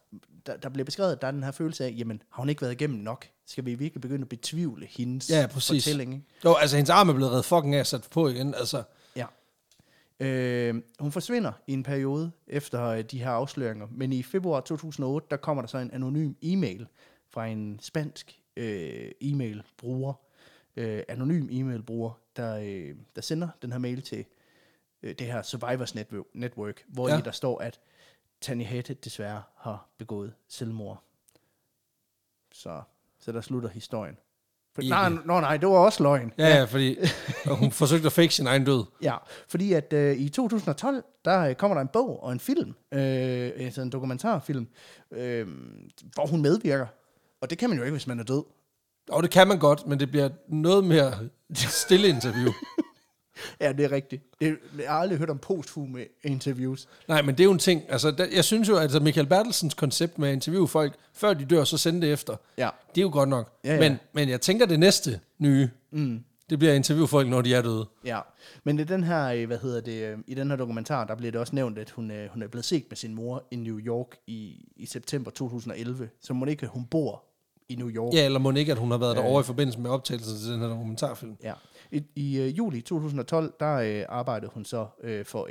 der bliver beskrevet, at der er den her følelse af, jamen, har hun ikke været igennem nok? Skal vi virkelig begynde at betvivle hendes fortælling? Ikke? Jo, altså hendes arm er blevet reddet fucking af sat på igen, altså. Ja. Hun forsvinder i en periode efter de her afsløringer, men i februar 2008, der kommer der så en anonym e-mail fra en spansk e-mailbruger, anonym e-mailbruger, der sender den her mail til det her Survivors Network, hvor der står, at Tanya Head desværre har begået selvmord. Så der slutter historien. Nej, det var også løgn. Ja, fordi hun forsøgte at fake sin egen død. Ja, fordi at i 2012, der kommer der en bog og en film, altså en dokumentarfilm, hvor hun medvirker. Og det kan man jo ikke, hvis man er død. Og det kan man godt, men det bliver noget mere stille interview. Ja, det er rigtigt. Jeg har aldrig hørt om posthume interviews. Nej, men det er jo en ting. Altså, jeg synes jo, at Michael Bertelsens koncept med at interviewe folk, før de dør, så sende det efter. Ja. Det er jo godt nok. Ja. Men jeg tænker, det næste nye, det bliver at interviewe folk, når de er døde. Ja, men i den her, i den her dokumentar, der bliver det også nævnt, at hun er blevet set med sin mor i New York i september 2011. Så må ikke, hun bor i New York. Ja, eller må ikke, at hun har været derovre i forbindelse med optagelsen til den her dokumentarfilm. Ja. I juli 2012, der arbejdede hun så for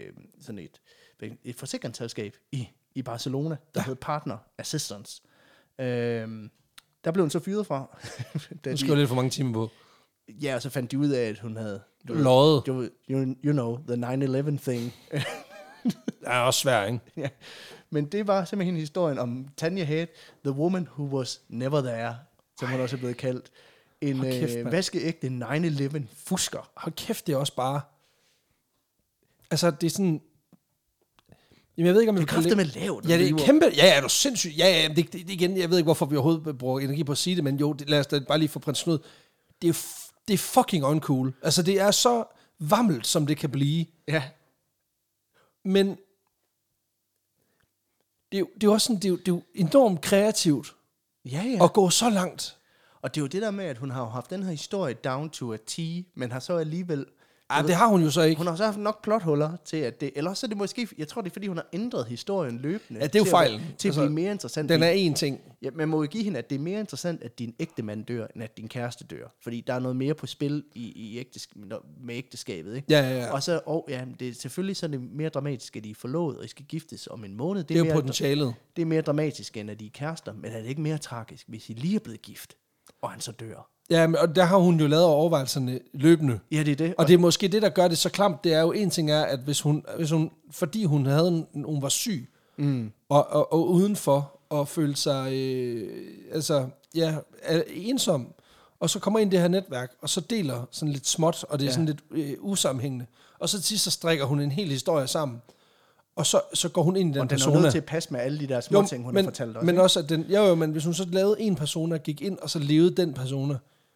et forsikringsselskab i Barcelona, der hed Partner Assistance. Der blev hun så fyret fra. Du skal lidt for mange timer på. Ja, og så fandt de ud af, at hun havde løjet. You know, the 9/11 thing. Det er også svært, ikke? Ja. Men det var simpelthen historien om Tanya Head, the woman who was never there, som hun også er blevet kaldt. En vaskeægte 9/11 fusker. Hold kæft, det er også bare... Altså, det er sådan... Jamen, jeg ved ikke, om det er kraftigt med lavt. Ja, det er kæmpe... Ja, er du sindssygt? Ja, det igen, jeg ved ikke, hvorfor vi overhovedet bruger energi på at sige det, men jo, lad os da bare lige få prins ud. Det er fucking uncool. Altså, det er så vammelt, som det kan blive. Ja. Men... Det er jo også sådan, det er jo enormt kreativt. Ja. At gå så langt. Og det er jo det der med, at hun har haft den her historie down to a T, men har så alligevel... Ja, det har hun jo så ikke. Hun har så haft nok plothuller til, at det... Eller så er det måske... Jeg tror, det er, fordi hun har ændret historien løbende. Ja, det er jo fejlen. Til at blive mere interessant. Den er én ting. Ja, man må jo give hende, at det er mere interessant, at din ægte mand dør, end at din kæreste dør. Fordi der er noget mere på spil med ægteskabet, ikke? Ja. Og så... det er selvfølgelig så det mere dramatisk, at de er forlovet, og I skal giftes om en måned. Det er jo potentialet. Det er mere dramatisk, end at de er kærester. Men er det ikke mere tragisk, hvis I lige er blevet gift, og han så dør? Ja, og der har hun jo lavet overvejelserne løbende. Ja, det er det. Og det er måske det, der gør det så klamt. Det er jo en ting er, at hvis hun fordi hun var syg, og udenfor, og følte sig ensom, og så kommer ind i det her netværk, og så deler sådan lidt småt, og det er sådan lidt usammenhængende. Og så til sidst, så strikker hun en hel historie sammen. Og så går hun ind i den persona. Og den er nødt til at passe med alle de der små ting, hun har fortalt også. Men også, at men hvis hun så lavede en persona, gik ind, og så levede den persona,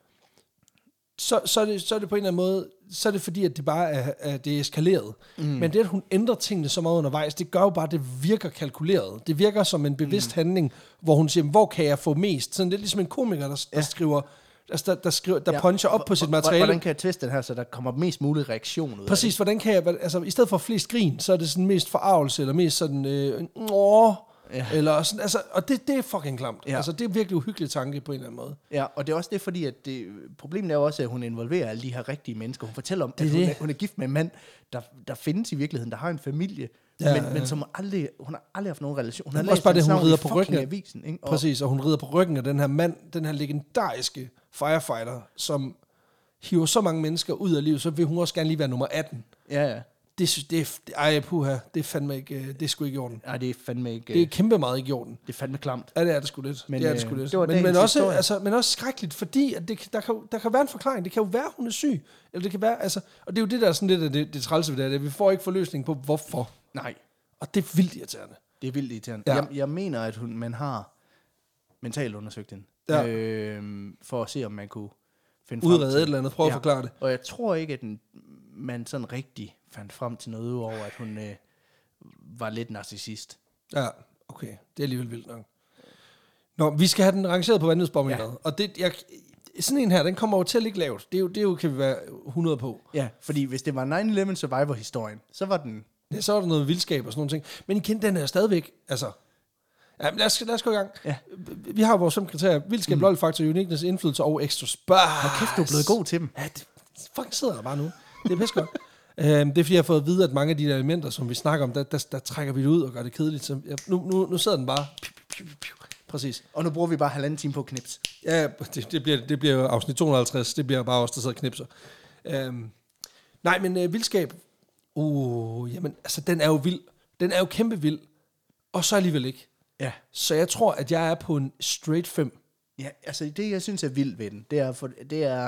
så er det på en eller anden måde, så er det fordi, at det bare er det er eskaleret. Men det, at hun ændrer tingene så meget undervejs, det gør jo bare, at det virker kalkuleret. Det virker som en bevidst handling, hvor hun siger, hvor kan jeg få mest? Sådan lidt ligesom en komiker, der skriver... Altså, der puncher op på sit materiale. Hvordan kan jeg tviste den her, så der kommer mest mulig reaktion ud? Præcis, hvordan kan jeg... Altså, i stedet for flest grin, så er det sådan mest forarvelse, eller mest sådan... eller sådan, altså, og det er fucking klamt. Ja. Altså, det er virkelig uhyggelig tanke på en eller anden måde. Ja, og det er også det, fordi at problemet er jo også, at hun involverer alle de her rigtige mennesker. Hun fortæller om, at hun er gift med en mand, der findes i virkeligheden, der har en familie, men som hun har aldrig haft nogen relation. Hun har også bare det, hun rider på ryggen af avisen, ikke? Præcis, og hun rider på ryggen af den her mand, den her legendariske firefighter, som hiver så mange mennesker ud af livet, så vil hun også gerne lige være nummer 18. Ja. Det er fandme ikke, det er sgu ikke i orden. Nej, det er fandme ikke... Det er kæmpe meget ikke i orden. Det er fandme klamt. Ja, det er det sgu lidt. Men, det er det sgu lidt. Det men også skrækkeligt, fordi at der kan være en forklaring. Det kan jo være, hun er syg. Eller det kan være, altså... Og det er jo det, der er sådan lidt af det trælse ved det. Vi får ikke forløsning på, hvorfor. Nej. Og det er vildt irriterende. Det er vildt irriterende. Ja. Jeg mener, at man har mentalt undersøgt den. Ja. For at se, om man kunne finde udrede et eller andet. Prøv at forklare det. Og jeg tror ikke, at man sådan rigtig fandt frem til noget over, at hun var lidt narcissist. Ja, okay. Det er alligevel vildt nok. Nå, vi skal have den rangeret på vanvidsbarometeret. Ja. Og sådan en her, den kommer jo til at ligge lavt. Det kan vi være 100 på. Ja, fordi hvis det var 9/11 Survivor-historien, så var den... Ja, så var der noget vildskab og sådan nogle ting. Men igen, den er stadigvæk, altså... Ja, men lad os gå i gang. Ja. Vi har vores 5 kriterier. Vildskab, lol-faktor, uniqueness, indflydelse og extra spice. Hvor kæft, du er blevet god til dem. Ja, det fucking sidder der bare nu. Det er pisse godt. Det er fordi, jeg har fået at vide, at mange af de der elementer, som vi snakker om, der trækker vi det ud og gør det kedeligt. Så nu sidder den bare. Præcis. Og nu bruger vi bare 1,5 time på at knipse. Ja, det bliver jo afsnit 250. Det bliver bare os, der sidder og knipser. Nej, men vildskab. Jamen, altså, den er jo vild. Den er jo kæmpe vild. Og så alligevel ikke. Ja. Så jeg tror, at jeg er på en straight 5. Ja, altså det, jeg synes er vildt ved den, det er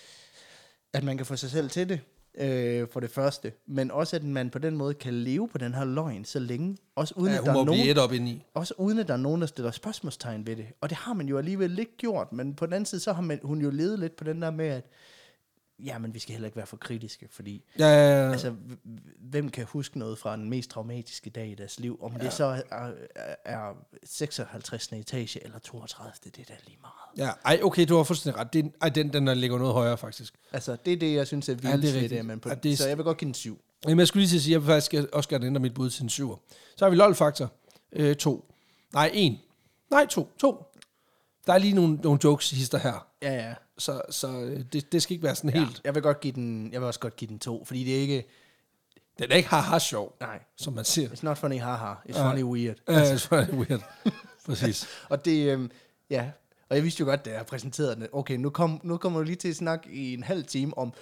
at man kan få sig selv til det, for det første. Men også, at man på den måde kan leve på den her løgn så længe. Også uden, at der er nogen, op indeni. også uden at der er nogen, der stiller spørgsmålstegn ved det. Og det har man jo alligevel ikke gjort. Men på den anden side, så har hun jo levet lidt på den der med, at men vi skal heller ikke være for kritiske, fordi altså, hvem kan huske noget fra den mest traumatiske dag i deres liv, om det så er 56. etage eller 32. Det er da lige meget. Ja, okay, du har fuldstændig ret. Den ligger noget højere, faktisk. Altså, det er det, jeg synes er vildt ved det, så jeg vil godt give den 7. Jamen, jeg skulle lige til at sige, at jeg vil faktisk også gerne ændre mit bud til en 7'er. Så har vi lol-faktor. 2. Nej, 1. Nej, 2. Der er lige nogle jokes hister her. Ja. Så det skal ikke være sådan helt. Jeg vil også godt give den 2, fordi det er ikke... Den er ikke haha sjov, nej, som man siger. It's not funny haha, it's funny weird. It's funny weird. Præcis. Og det, og jeg vidste jo godt, da jeg præsenterede den, okay, nu kommer du lige til at snakke i en halv time om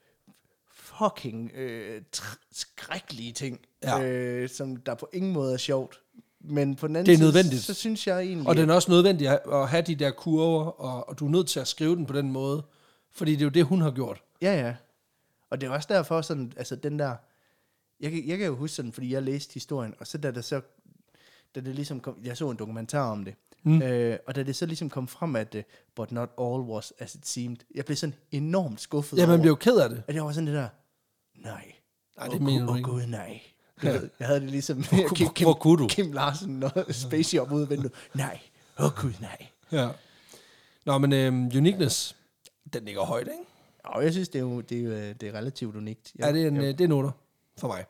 fucking skrækkelige ting, som der på ingen måde er sjovt. Men på den anden side, nødvendigt. Så synes jeg egentlig... Og den er også nødvendigt at have de der kurver, og du er nødt til at skrive den på den måde, fordi det er jo det, hun har gjort. Ja. Og det er også derfor sådan, altså den der... Jeg kan jo huske sådan, fordi jeg læste historien, og så da det ligesom kom... Jeg så en dokumentar om det, og da det så ligesom kom frem, at but not all was as it seemed, jeg blev sådan enormt skuffet over. Ja, man blev jo ked af det. At jeg var sådan det der, nej, det mener du ikke. Gud, nej. Jeg havde det ligesom Kim Larsen og Spacey op ude af vinduet. Nej, gud, nej. Ja. Nå, men uniqueness, den ligger højt, ikke? Og jeg synes, det er relativt unikt. Det er en 8 for mig.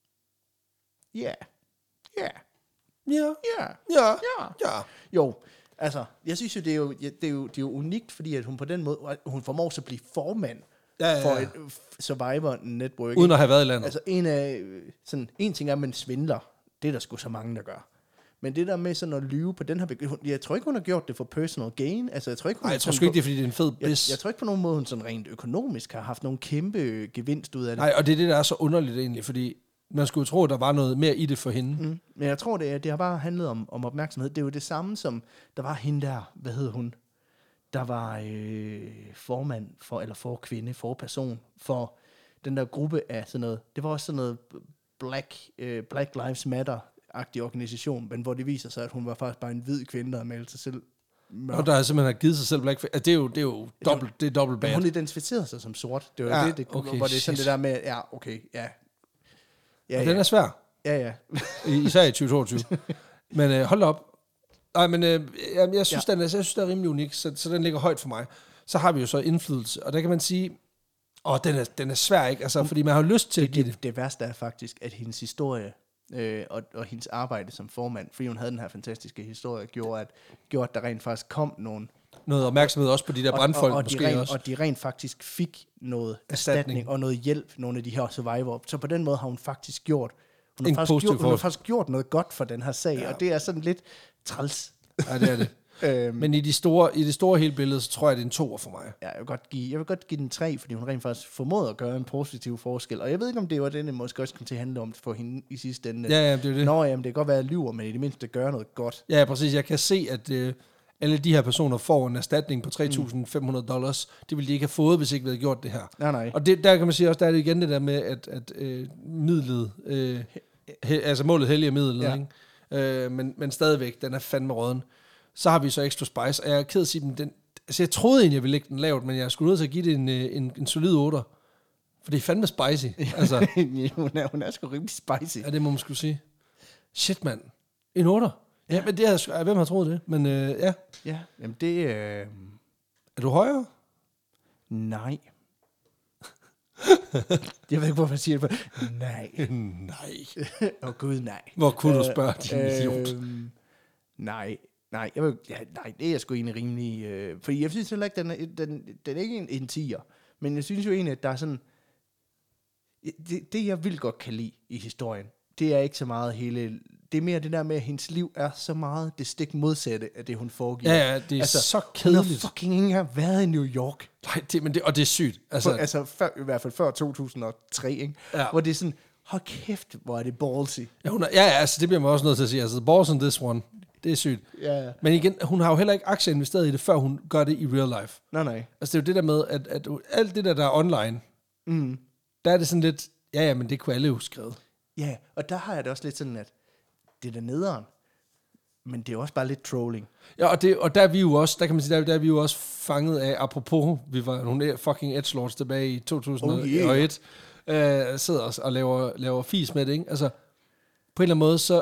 Ja. Jo, altså, jeg synes jo, det er jo unikt, fordi at hun på den måde, hun formår at blive formand for et Survivor Network. Uden at have været i landet. Altså, en ting er, at man svindler. Det er der sgu så mange, der gør. Men det der med sådan at lyve på den her... Jeg tror ikke, hun har gjort det for personal gain. Altså, jeg tror ikke, jeg tror ikke, det er, fordi det er en fed bis. Jeg tror ikke på nogen måde, hun sådan rent økonomisk har haft nogen kæmpe gevinst ud af det. Nej, og det er det, der er så underligt egentlig, fordi man skulle jo tro, at der var noget mere i det for hende. Men jeg tror, det har bare handlet om opmærksomhed. Det er jo det samme som, der var hende der, hvad hed hun? Der var formand for, eller forperson for den der gruppe af sådan noget. Det var også sådan noget Black Lives Matter-agtig organisation, men hvor det viser sig, at hun var faktisk bare en hvid kvinde, der havde malet sig selv mørk. Og der simpelthen har givet sig selv blackface. Altså, det er jo dobbelt bad. Hun identificerede sig som sort. Det var okay, hvor det er sådan det der med, Ja, den er svær. Ja. Især i 2022. Men hold op. Nej, men jeg synes, den er rimelig unik, så den ligger højt for mig. Så har vi jo så indflydelse, og der kan man sige, den er svær, ikke? Altså, fordi man har lyst til at give det. Det værste er faktisk, at hendes historie og hendes arbejde som formand, fordi hun havde den her fantastiske historie, gjorde, at der rent faktisk kom noget opmærksomhed også på de der brandfolk, og de rent faktisk fik noget erstatning og noget hjælp, nogle af de her Survivor. Så på den måde har hun faktisk gjort noget godt for den her sag, og det er sådan lidt træls. Ja, det er det. Men i det store hele billede, så tror jeg, det er en 2'er for mig. Ja, jeg vil godt give den 3, fordi hun rent faktisk formåede at gøre en positiv forskel. Og jeg ved ikke, om det var den, måske også kom til at handle om for hende i sidste ende. Ja, det er det. Nå, jamen, det kan godt være, at jeg lyver, men i det mindste gør noget godt. Ja, præcis. Jeg kan se, at alle de her personer får en erstatning på $3,500. Det ville de ikke have fået, hvis ikke vi havde gjort det her. Nej. Og der kan man sige også, der er det igen det der med, at midlet, altså målet helliger midlet, ikke? Men stadigvæk, den er fandme råden. Så har vi så Extra Spice, og jeg er ked at sige, altså jeg troede egentlig, jeg ville lægge den lavt, men jeg skulle nødt til at give det en solid 8'er. For det er fandme spicy. Altså. hun er sgu rimelig spicy. Ja, det må man skulle sige. Shit, mand. En 8'er? Ja, men hvem har troet det? Men ja. Ja, jamen det... Er du højere? Nej. Jeg ved ikke, hvorfor jeg siger det. Nej. Nej. Gud, nej. Hvor kunne du spørge, din idiot? Nej, nej, det er jeg sgu egentlig rimelig... fordi jeg synes heller ikke, den er ikke en 10'er. Men jeg synes jo egentlig, at der er sådan... Det jeg vil godt kan lide i historien, det er ikke så meget hele... Det er mere det der med, at hendes liv er så meget det stik modsatte af det, hun foregiver. Ja, det er altså, så kedeligt. Hun har fucking ikke engang været i New York. Nej, og det er sygt. Altså i hvert fald før 2003, ikke? Ja. Hvor det er sådan, hold kæft, hvor er det ballsy. Ja, altså det bliver man også nødt til at sige. Altså, the balls on this one, det er sygt. Ja. Men igen, hun har jo heller ikke aktieinvesteret i det, før hun gør det i real life. Nej. Altså det er jo det der med, at alt det der er online, der er det sådan lidt, men det kunne alle jo skrive. Ja, og der har jeg det også lidt sådan, at det er der nederen, men det er også bare lidt trolling. Ja, og der er vi jo også, der kan man sige, der er vi jo også fanget af, apropos, vi var nogle fucking edgelords tilbage i 2001, sidder og laver fis med det, ikke? Altså, på en eller anden måde, så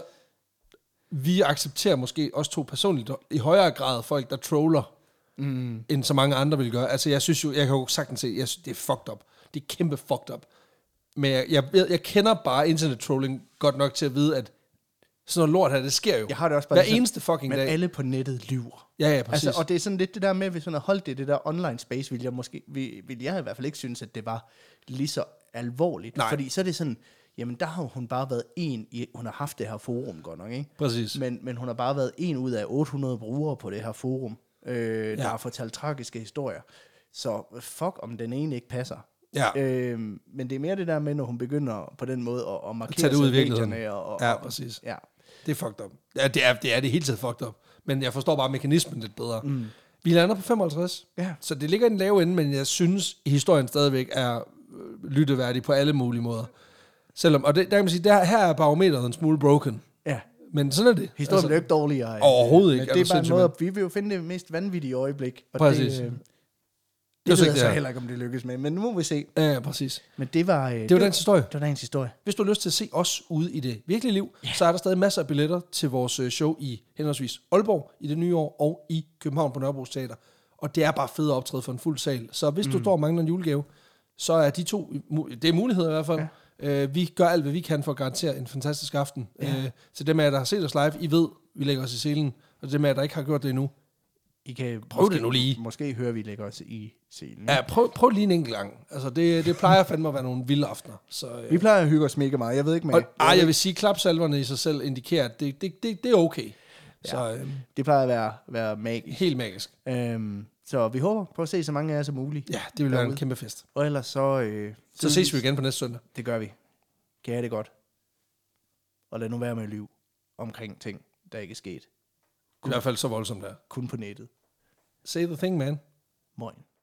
vi accepterer måske også to personligt i højere grad folk, der troller, end så mange andre vil gøre. Altså, jeg synes jo, jeg kan jo sagtens se, det er fucked up. Det er kæmpe fucked up. Men jeg kender bare internet-trolling godt nok til at vide, at sådan noget lort her, det sker jo. Jeg har det også bare hver eneste fucking dag. Men alle på nettet lyver. Ja, præcis. Altså, og det er sådan lidt det der med, hvis hun havde holdt det der online space, ville jeg i hvert fald ikke synes, at det var lige så alvorligt. Nej. Fordi så er det sådan, jamen der har hun bare været hun har haft det her forum godt nok, ikke? Præcis. Men hun har bare været en ud af 800 brugere på det her forum, der har fortalt tragiske historier. Så fuck, om den ene ikke passer. Ja. Men det er mere det der med, når hun begynder på den måde at markere tage det ud i virkeligheden. Præcis. Ja. Det er fucked up. Ja, det er det hele tiden fucked up. Men jeg forstår bare mekanismen lidt bedre. Vi lander på 55. Ja. Så det ligger i den lave ende, men jeg synes, historien stadigvæk er lytteværdig på alle mulige måder. Selvom, og der kan man sige, her er barometeret en smule broken. Ja. Men sådan er det. Historien bliver ikke dårligere. Overhovedet ikke. Det er bare en måde, vi vil jo finde det mest vanvittige øjeblik. Og præcis. Det ved jeg så heller ikke, om det lykkes med, men nu må vi se. Ja, præcis. Men det var dagens historie. Det var dagens historie. Hvis du har lyst til at se os ude i det virkelige liv, så er der stadig masser af billetter til vores show i henholdsvis Aalborg i det nye år og i København på Nørrebro Teater. Og det er bare fedt at optræde for en fuld sal. Så hvis du står og mangler en julegave, så er de to, det er muligheder i hvert fald. Ja. Vi gør alt, hvad vi kan for at garantere en fantastisk aften. Ja. Til dem af jer, der har set os live, I ved, vi lægger os i selen. Og til dem af jer, der ikke har gjort det endnu, I kan prøv det nu lige. Måske hører vi lægger os i scenen. Ja, prøv lige en enkelt gang. Altså, det plejer fandme at være nogle vilde aftener. Så, vi plejer at hygge os mega meget. Jeg ved ikke med. Jeg vil sige, klapsalverne i sig selv indikerer, at det er okay. Ja, så, det plejer at være magisk. Helt magisk. Så vi håber på at se så mange af jer som muligt. Ja, det vil være en kæmpe fest. Og ellers så ses vi igen på næste søndag. Det gør vi. Kan I det godt. Og lad nu være med at lyve omkring ting, der ikke er sket. I hvert fald så voldsomt der. Kun på nettet. Say the thing, man. Moin.